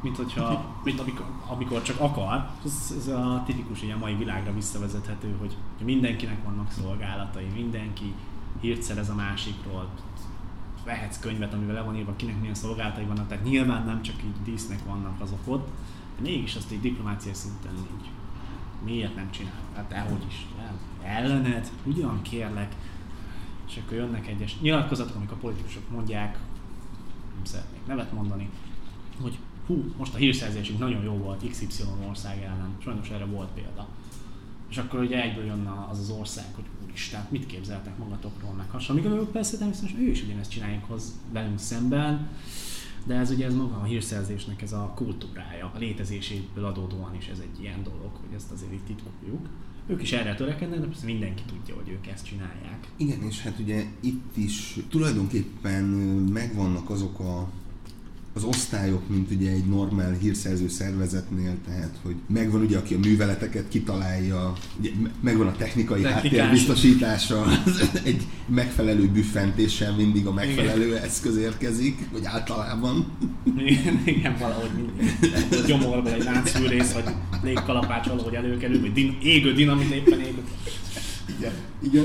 amikor csak akar. Ez a tipikus ilyen mai világra visszavezethető, hogy mindenkinek vannak szolgálatai, mindenki hírt szerez a másikról, vehetsz könyvet, amivel le van írva, kinek milyen szolgálatai vannak, tehát nyilván nem csak így dísznek vannak azok ott, de mégis azt így diplomáciai szinten így miért nem csinálod? Hát dehogy is, ellened, ugyan kérlek. és akkor jönnek egyes nyilatkozatok, amik a politikusok mondják, nem szeretnék nevet mondani, hogy most a hírszerzésünk nagyon jó volt XY ország ellen, sajnos erre volt példa. És akkor ugye egyből jön az ország, hogy úristen, mit képzeltek magatokról, meg hasonló. Mikor persze természetesen ő is ugyanezt csinálják velünk szemben, de ez ugye ez maga a hírszerzésnek ez a kultúrája, a létezéséből adódóan is ez egy ilyen dolog, hogy ezt azért itt titkoljuk. Ők is erre törekednek, de persze mindenki tudja, hogy ők ezt csinálják. Igen, és hát ugye itt is tulajdonképpen megvannak azok az osztályok, mint ugye egy normál hírszerző szervezetnél, tehát hogy megvan ugye, aki a műveleteket kitalálja, ugye megvan a technikai háttérbiztosítása, egy megfelelő büffentéssel mindig a megfelelő eszköz érkezik, vagy általában. Igen, valahogy mindig. A gyomorból egy láncfűrész, vagy légkalapács valahogy előkerül, vagy égő dinamit éppen égő. Igen.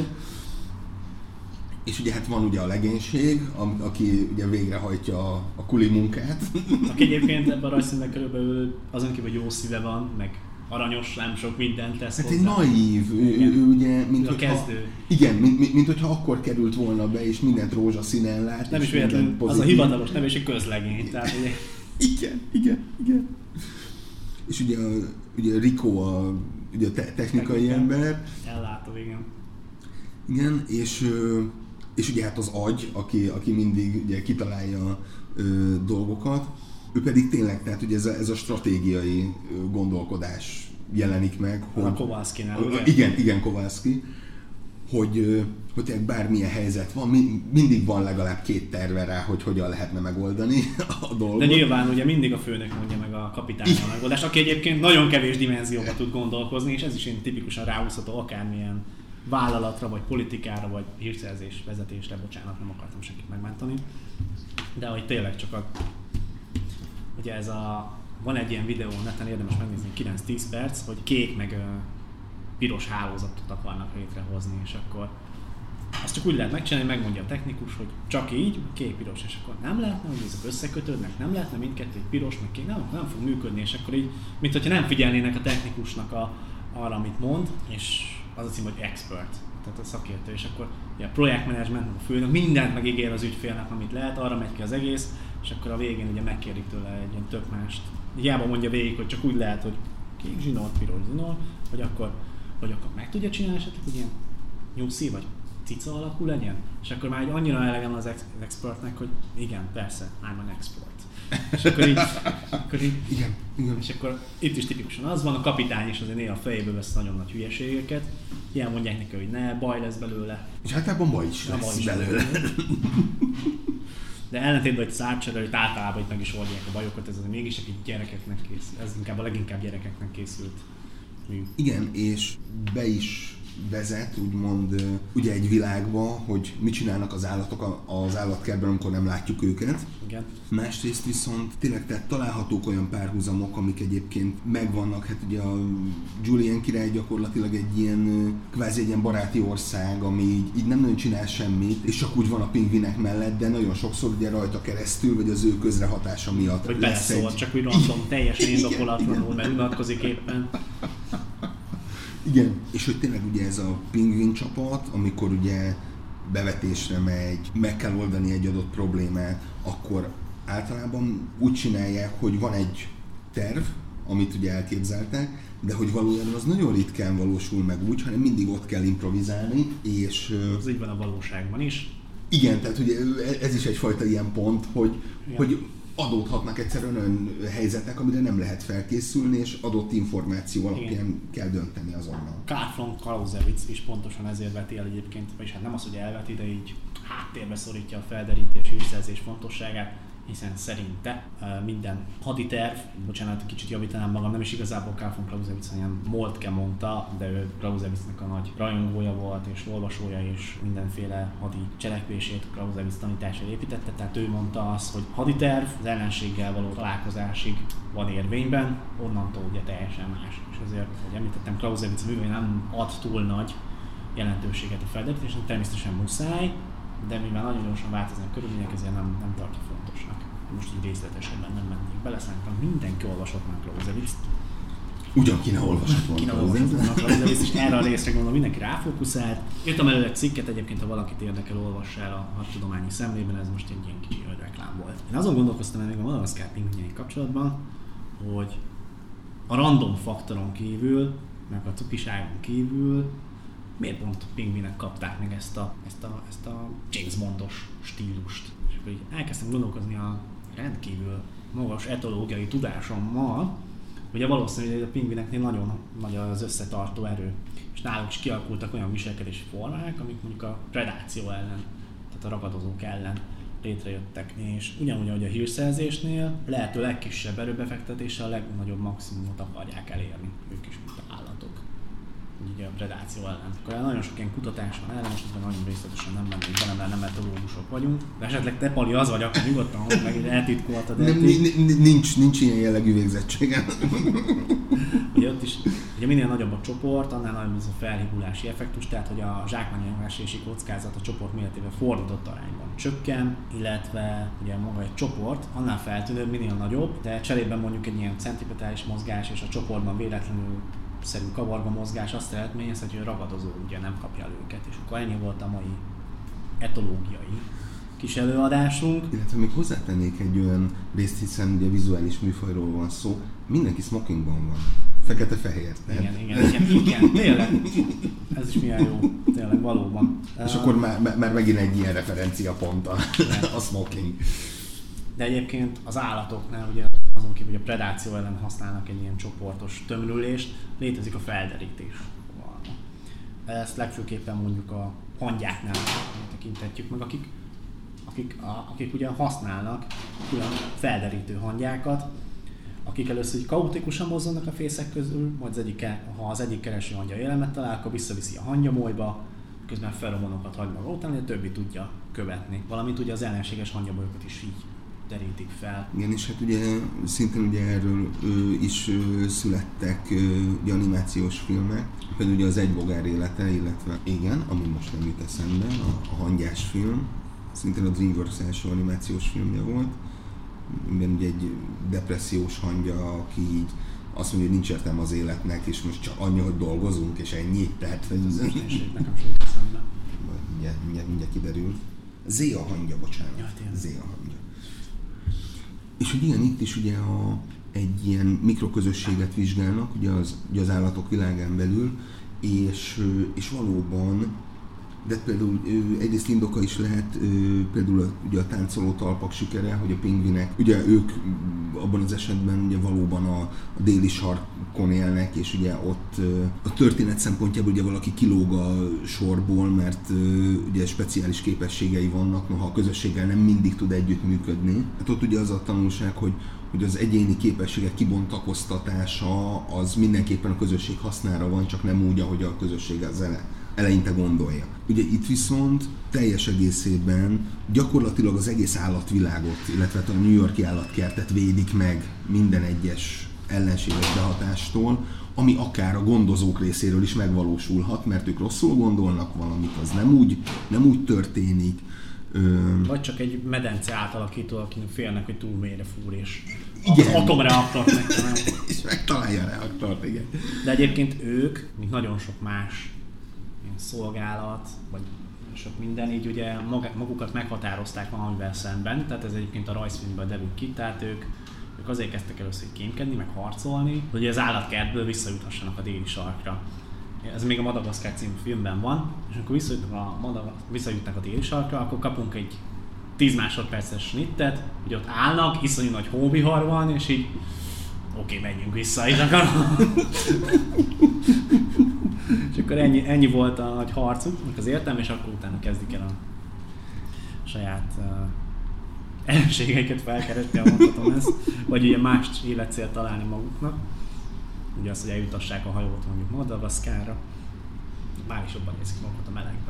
És ugye hát van ugye a legénység, aki ugye végrehajtja a kuli munkát. Aki egyébként ebben a rajzszínben körülbelül azon kívül, hogy jó szíve van, meg aranyos, nem sok mindent tesz hozzá. Hát egy naív, ő ugye, mint a kezdő. Igen, mint hogyha akkor került volna be, és mindent rózsaszínen lát. Nem is véletlenül, az a hivatalos neve, és egy közlegény. Tehát, ugye... Igen. És ugye Rico ugye a technikai ember. Ellátó, igen. Igen, és ugye hát az agy, aki mindig ugye kitalálja dolgokat, ő pedig tényleg, tehát ugye ez a stratégiai gondolkodás jelenik meg. Hogy, a Kowalski-nál, ugye? Igen, Kowalski, hogy bármilyen helyzet van, mindig van legalább 2 terve rá, hogy hogyan lehetne megoldani a dolgot. De nyilván ugye mindig a főnök mondja meg a kapitány a megoldást, aki egyébként nagyon kevés dimenzióba tud gondolkozni, és ez is én tipikusan ráhúzható akármilyen vállalatra, vagy politikára, vagy hírszerzés vezetésre, bocsánat, nem akartam senkit megmentani. De hogy tényleg csak ugye van egy ilyen videó, neten érdemes megnézni, 9-10 perc, hogy kék meg piros hálózatot akarnak létrehozni, és akkor azt csak úgy lehet megcsinálni, megmondja a technikus, hogy csak így, kék-piros, és akkor nem lehetne, hogy ezek összekötődnek, nem lehetne mindkettő egy piros, meg kék, nem fog működni, és akkor így, mint hogyha nem figyelnének a technikusnak arra, amit mond, és az a cím, hogy expert, tehát a szakértő, és akkor a projektmenedzsment, a főnök mindent megígér az ügyfélnek, amit lehet, arra megy ki az egész, és akkor a végén ugye megkérik tőle egy ilyen tök mást. Hiába mondja végig, hogy csak úgy lehet, hogy kék zsinór, piros zsinór, hogy akkor meg tudja csinálni esetleg, hogy ilyen nyuszi vagy cica alakú legyen, és akkor már annyira elegem az expertnek, hogy igen, persze, I'm an expert. És akkor így igen. És akkor itt is tipikusan az van, a kapitány is azért néha a fejéből vesz nagyon nagy hülyeségeket, ilyen mondják neki, hogy ne, baj lesz belőle. És általában baj is lesz belőle. De ellentétben, hogy Archer-rel, hogy általában meg is oldják a bajokat, ez azért mégis egy gyerekeknek készül, ez inkább a leginkább gyerekeknek készült mű. Igen, és be is vezet, úgymond ugye egy világba, hogy mit csinálnak az állatok az állatkertben, amikor nem látjuk őket. Igen. Másrészt viszont tényleg tehát találhatók olyan párhuzamok, amik egyébként megvannak, hát ugye a Julian király gyakorlatilag egy ilyen kvázi egy ilyen baráti ország, ami így nem nagyon csinál semmit, és csak úgy van a pingvinek mellett, de nagyon sokszor ugye rajta keresztül, vagy az ő közrehatása miatt vagy beleszól, csak úgy random, teljesen indokolatlanul, mert unatkozik éppen. Igen, és hogy tényleg ugye ez a pingvin csapat, amikor ugye bevetésre megy, meg kell oldani egy adott problémát, akkor általában úgy csinálják, hogy van egy terv, amit ugye elképzeltek, de hogy valójában az nagyon ritkán valósul meg úgy, hanem mindig ott kell improvizálni, és... Ez így van a valóságban is. Igen, tehát ugye ez is egyfajta ilyen pont, hogy adódhatnak egyszerűen olyan helyzetek, amire nem lehet felkészülni, és adott információ alapján kell dönteni azonnal. Karl von Clausewitz is pontosan ezért veti el egyébként, vagyis hát nem az, hogy elveti, de így háttérbe szorítja a felderítés, hírszerzés fontosságát, hiszen szerinte minden haditerv, bocsánat, kicsit javítanám magam, nem is igazából Karl von Clausewitz, hanem Moltke mondta, de ő Clausewitznek a nagy rajongója volt és olvasója, és mindenféle hadi cselekvését Clausewitz tanításra építette, tehát ő mondta azt, hogy haditerv az ellenséggel való találkozásig van érvényben, onnantól ugye teljesen más. És azért, hogy említettem, Clausewitz művei nem ad túl nagy jelentőséget a felderítésnek, természetesen muszáj, de mivel nagyon gyorsan változnak a körülmények, ezért nem tartja fontosnak. Most így részletesebben nem mennék bele, szerintem mindenki olvasott már Clausewitzt. Ugyan kéne olvasott de biztos erre a részre gondolom mindenki ráfókuszált. Írtam elő egy cikket, egyébként ha valakit érdekel, olvassa el a hadtudományi szemlében, ez most egy ilyen kicsi reklám volt. Én azon gondolkoztam el még a Madagaszkár pingvinjei kapcsolatban, hogy a random faktoron kívül, meg a cukiságon kívül, miért pont a pingvinek kapták meg ezt a James Bondos stílust. És akkor így elkezdtem gondolkozni a rendkívül magas etológiai tudásommal, ugye valószínűleg hogy a pingvineknél nagyon nagy az összetartó erő, és náluk is kialakultak olyan viselkedési formák, amik mondjuk a predáció ellen, tehát a ragadozók ellen létrejöttek. És ugyanúgy, ahogy a hírszerzésnél, lehető legkisebb erőbefektetéssel a legnagyobb maximumot akarják elérni, ők is, mint állatok. Így a predáció ellen. Akkor nagyon sok ilyen kutatás van erre, most ebben nagyon részletesen nem mennék bele, mert nem etológusok vagyunk. De esetleg te, Pali, az vagy, akkor nyugodtan mondd meg, hogy eltitkoltad. Nincs ilyen jellegű végzettségem. Ugye ott is, ugye minél nagyobb a csoport, annál nagyobb az a felhívulási effektus, tehát hogy a zsákmányolási kockázat a csoport méretében fordított arányban csökken, illetve ugye maga egy csoport annál feltűnőbb, minél nagyobb, de cserében mondjuk egy ilyen centripetális mozgás és a csoportban véletlenül szerű kavarga mozgás azt eredményezhet, hogy a ragadozó ugye nem kapja el őket, és akkor ennyi volt a mai etológiai kis előadásunk. Illetve még hozzátennék egy olyan részt, hiszen ugye vizuális műfajról van szó, mindenki smokingban van. Fekete-fehér. Igen, tényleg. Ez is milyen jó, tényleg, valóban. És akkor már megint egy ilyen referencia pont a smoking. De egyébként az állatoknál ugye azon kívül, hogy a predáció ellen használnak egy ilyen csoportos tömörülést, létezik a felderítés. Ezt legfőképpen mondjuk a hangyáknál tekintetjük meg, akik ugye használnak olyan felderítő hangyákat, akik először kaotikusan mozognak a fészek közül, majd ha az egyik kereső hangya élelmet talál, akkor visszaviszi a hangyamolyba, közben feromonokat hagy maga után, hogy a többi tudja követni. Valamint ugye az ellenséges hangyabolyokat is így derítik fel. Igen, és hát ugye szintén ugye erről is születtek ugye animációs filmek, például ugye az Egy bogár élete, illetve igen, ami most nem jut eszembe, a hangyás film, szintén a DreamWorks első animációs filmje volt, amiben ugye egy depressziós hangya, aki így azt mondja, hogy nincs értelme az életnek, és most csak annyi, hogy dolgozunk, és ennyi. Tehát, nekem sem jut eszembe. Mindjárt kiderül. Zéa hangya, bocsánat. Ja, Zéa hangya. És hogy igen, itt is ugye egy ilyen mikroközösséget vizsgálnak, ugye az állatok világán belül, és valóban, de például egyrészt indoka is lehet például ugye a táncoló talpak sikere, hogy a pingvinek, ugye ők abban az esetben ugye valóban a déli sarkon élnek, és ugye ott a történet szempontjából ugye valaki kilóg a sorból, mert ugye speciális képességei vannak, noha a közösséggel nem mindig tud együttműködni. Hát ott ugye az a tanulság, hogy az egyéni képességek kibontakoztatása az mindenképpen a közösség hasznára van, csak nem úgy, ahogy a közösség az eleinte gondolja. Ugye itt viszont teljes egészében gyakorlatilag az egész állatvilágot, illetve a New York-i állatkertet védik meg minden egyes ellenséges behatástól, ami akár a gondozók részéről is megvalósulhat, mert ők rosszul gondolnak valamit, az nem úgy történik. Vagy csak egy medence átalakító, akinek félnek, hogy túl mélyre fúr, és igen. Az atomreaktort megtalálja. És megtalálja a reaktort, igen. De egyébként ők, mint nagyon sok más szolgálat, vagy sok minden, így ugye magukat meghatározták valamivel szemben, tehát ez egyébként a rajzfilmben derül ki, tehát ők azért kezdtek először kémkedni, meg harcolni, hogy az állatkertből visszajuthassanak a déli sarkra. Ez még a Madagaszkár című filmben van, és amikor visszajutnak a déli sarkra, akkor kapunk egy 10 másodperces snittet, hogy ott állnak, iszonyú nagy hóvihar van, és így oké, menjünk vissza, és akkor... És akkor ennyi volt a nagy harcuk, az értelme, és akkor utána kezdik el a saját ellenségeiket felkeresni, mondhatom ezt, vagy ugye más életcélt találni maguknak. Ugye azt, hogy eljutassák a hajót mondjuk Madagaszkárra, már is jobban nézik magukat a melegben.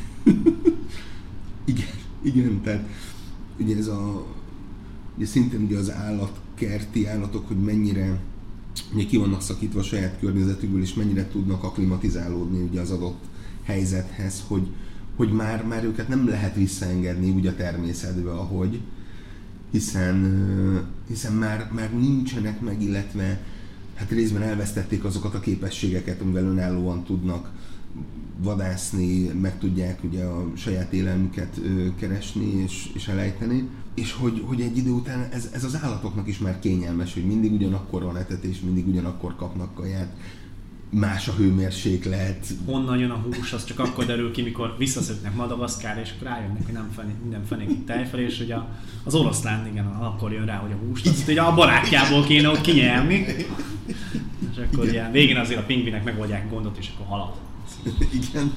Igen, tehát ugye ez ugye szintén ugye az kerti állatok, hogy mennyire ugye ki vannak szakítva a saját környezetükből, és mennyire tudnak akklimatizálódni ugye az adott helyzethez, hogy már őket nem lehet visszaengedni úgy a természetbe, hiszen már nincsenek meg, illetve hát részben elvesztették azokat a képességeket, amivel önállóan tudnak vadászni, meg tudják ugye a saját élelmüket keresni és elejteni. És hogy egy idő után ez az állatoknak is már kényelmes, hogy mindig ugyanakkor van etetés, mindig ugyanakkor kapnak kaját, más a hőmérséklet. Honnan jön a hús, az csak akkor derül ki, mikor visszaszöknek Madagaszkárra, és akkor rájönnek, hogy minden fenékig tejfel, és hogy az oroszlán igen, akkor jön rá, hogy a húst, azt ugye a barátjából kéne ott kinyelni. És akkor ilyen, végén azért a pingvinek megoldják gondot, és akkor halad. Igen.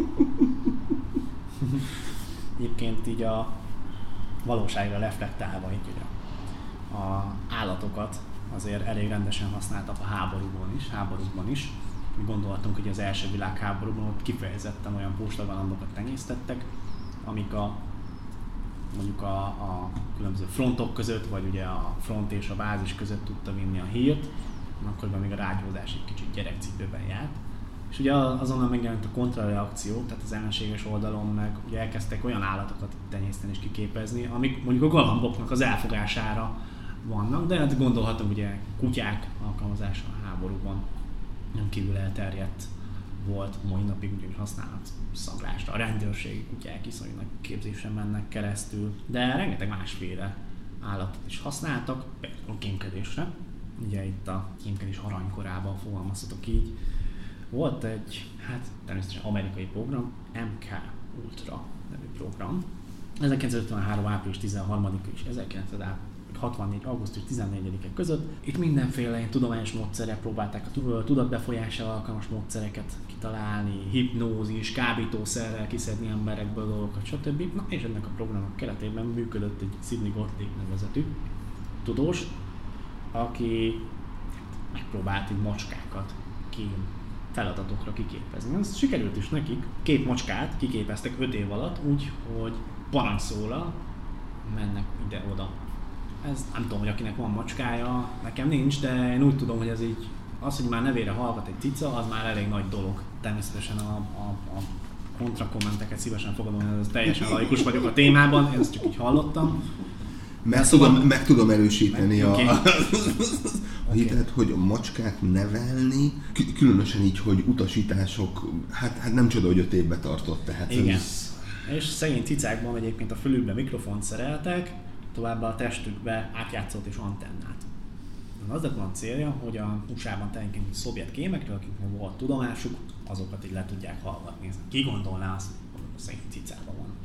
Egyébként így a valóságra reflektálva, így ugye a állatokat azért elég rendesen használtak a háborúkban is. Mi gondoltunk, hogy az első világháborúban ott kifejezetten olyan postagalambokat tenyésztettek, amik mondjuk a különböző frontok között, vagy ugye a front és a bázis között tudta vinni a hírt, akkoriban még a rádiózás egy kicsit gyerekcipőben járt. És ugye azonnal megjelent a kontrareakció, tehát az ellenséges oldalon meg ugye elkezdtek olyan állatokat tenyészteni és kiképezni, amik mondjuk a galamboknak az elfogására vannak, de hát gondolhatunk ugye kutyák alkalmazása a háborúban nem kívül elterjedt volt, mai napig ugyanúgy használnak szaglásra, a rendőrségi kutyák iszonyú nagy képzésen mennek keresztül, de rengeteg másféle állatot is használtak, például a kémkedésre, ugye itt a kémkedés aranykorában fogalmazhatok így. Volt egy, hát természetesen amerikai program, MK Ultra nevű program, 1953. április 13. és 1964. augusztus 14-e között. Itt mindenféle tudományos módszerrel próbálták a tudatbefolyással alkalmas módszereket kitalálni, hipnózis, kábítószerrel kiszedni emberekből dolgokat, stb. Na, és ennek a programok keretében működött egy Sidney Gottlieb nevezetű tudós, aki megpróbált így macskákat feladatokra kiképezni. Ez sikerült is nekik. 2 macskát kiképeztek 5 év alatt úgy, hogy parancsszóllal mennek ide-oda. Ez nem tudom, hogy akinek van macskája, nekem nincs, de én úgy tudom, hogy ez így, az, hogy már nevére hallgat egy cica, az már elég nagy dolog. Természetesen a kontrakommenteket szívesen fogadom, hogy ez teljesen laikus vagyok a témában, én ezt csak így hallottam. Meg tudom erősíteni a hitet, hogy a macskát nevelni, különösen így, hogy utasítások, hát nem csoda, hogy 5 évbe tartott. Tehát igen. És szegény cicákban egyébként a fülükbe mikrofont szereltek, továbbá a testükbe átjátszót és antennát. Az lett van a célja, hogy a USA-ban teljesen szovjet kémekről, akiknek volt tudomásuk, azokat így le tudják hallgatni. Ki gondolná azt, hogy a szegény cicában van.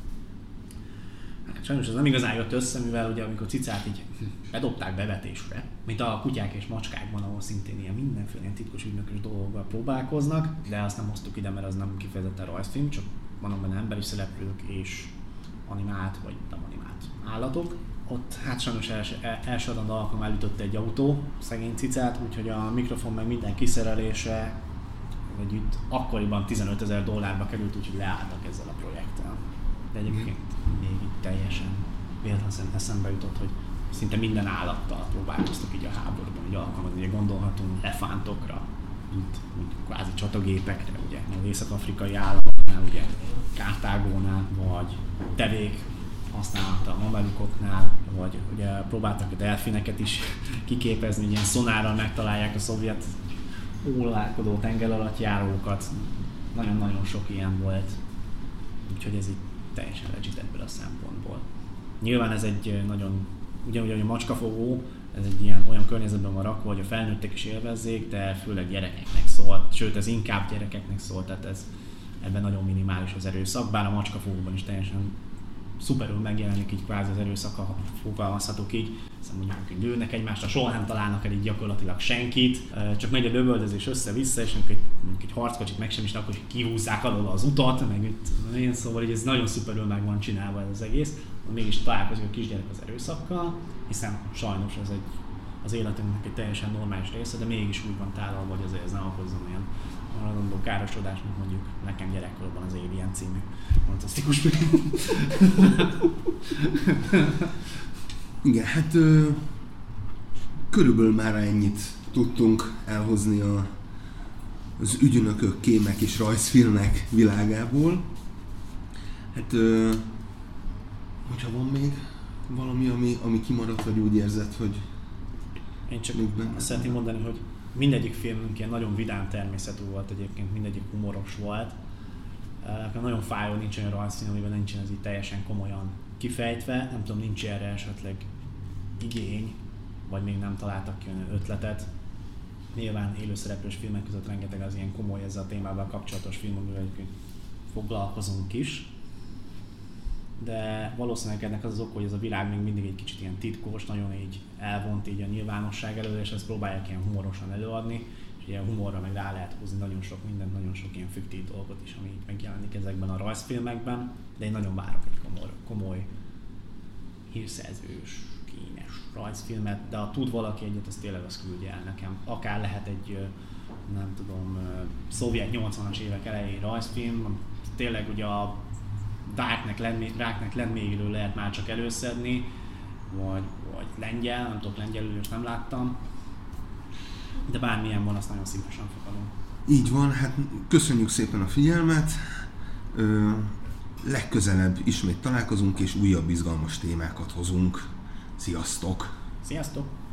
Hát sajnos ez nem igazán jött össze, mivel ugye amikor cicát így bedobták bevetésre, mint a kutyák és macskákban, ahol szintén ilyen mindenféle titkos ügynökös dolgokkal próbálkoznak, de azt nem hoztuk ide, mert az nem kifejezetten rajzfilm, csak vannak benne emberi szereplők és animált vagy nem animált állatok. Ott hát sajnos elsőadandó alkalommal elütötte egy autó szegény cicát, úgyhogy a mikrofon meg minden kiszerelése együtt akkoriban $15,000 került, úgyhogy leálltak ezzel a projekttel. De egyébként még itt teljesen véletlenül eszembe jutott, hogy szinte minden állattal próbálkoztak így a háborúban, így alkalmazni, ugye gondolhatunk elefántokra, mint kvázi csatagépekre, ugye az észak-afrikai államoknál, ugye Kartágónál, vagy tevék használata a mamelukoknál, vagy ugye próbáltak a delfineket is kiképezni, ilyen szonárral megtalálják a szovjet ólálkodó tengeralattjárókat. Nagyon-nagyon sok ilyen volt, úgyhogy ez itt teljesen legit ebből a szempontból. Nyilván ez egy nagyon, ugyanúgy a macskafogó, ez egy ilyen olyan környezetben van rakva, hogy a felnőttek is élvezzék, de főleg gyerekeknek szól, sőt ez inkább gyerekeknek szól, tehát ez, ebben nagyon minimális az erőszak, bár a macskafogóban is teljesen szuperül megjelenik így kvázi az erőszaka, fogalmazhatok így, hiszen mondjuk, hogy lőnek egymásra, soha nem találnak el így gyakorlatilag senkit, csak megy a lövöldözés össze-vissza, és mondjuk egy harckocsit meg sem is, akkor kihúzzák alól az utat, meg itt, én szóval így ez nagyon szuperül meg van csinálva ez az egész, mégis találkozik a kisgyerek az erőszakkal, hiszen sajnos ez az életünknek egy teljesen normális része, de mégis úgy van tálalva, hogy azért ez ne okozzon olyan maradandó károsodást, mint mondjuk nekem gyerekkorban az Alien című fantasztikus film. Igen, hát körülbelül már ennyit tudtunk elhozni az ügynökök, kémek és rajzfilmek világából. Hát, hogyha van még valami, ami kimaradt, vagy úgy érzed, hogy... Én csak azt szeretném mondani, hogy Mindegyik filmünk ilyen nagyon vidám természetű volt egyébként, mindegyik humoros volt. Nagyon fájó, nincs olyan rajzfilm, amiben nincsen ez így teljesen komolyan kifejtve. Nem tudom, nincs erre esetleg igény, vagy még nem találtak ki olyan ötletet. Nyilván élőszereplős filmek között rengeteg az ilyen komoly ezzel a témával kapcsolatos film, amivel foglalkozunk is. De valószínűleg ennek az oka, hogy ez a világ még mindig egy kicsit ilyen titkos, nagyon így elvont így a nyilvánosság elől, és ezt próbálják ilyen humorosan előadni, és ilyen humorra meg rá lehet húzni nagyon sok mindent, nagyon sok ilyen fiktív dolgot is, ami így megjelenik ezekben a rajzfilmekben, de én nagyon várok egy komoly hírszerzős, kényes rajzfilmet, de ha tud valaki egyet, az tényleg azt küldje el nekem. Akár lehet egy, nem tudom, szovjet 80-as évek elején rajzfilm, tényleg ugye a Darknek lennéről lehet már csak előszedni, vagy lengyel, nem tudok lengyelül, és nem láttam, de bármilyen van, azt nagyon szívesen fogadom. Így van, hát köszönjük szépen a figyelmet, legközelebb ismét találkozunk, és újabb izgalmas témákat hozunk. Sziasztok! Sziasztok!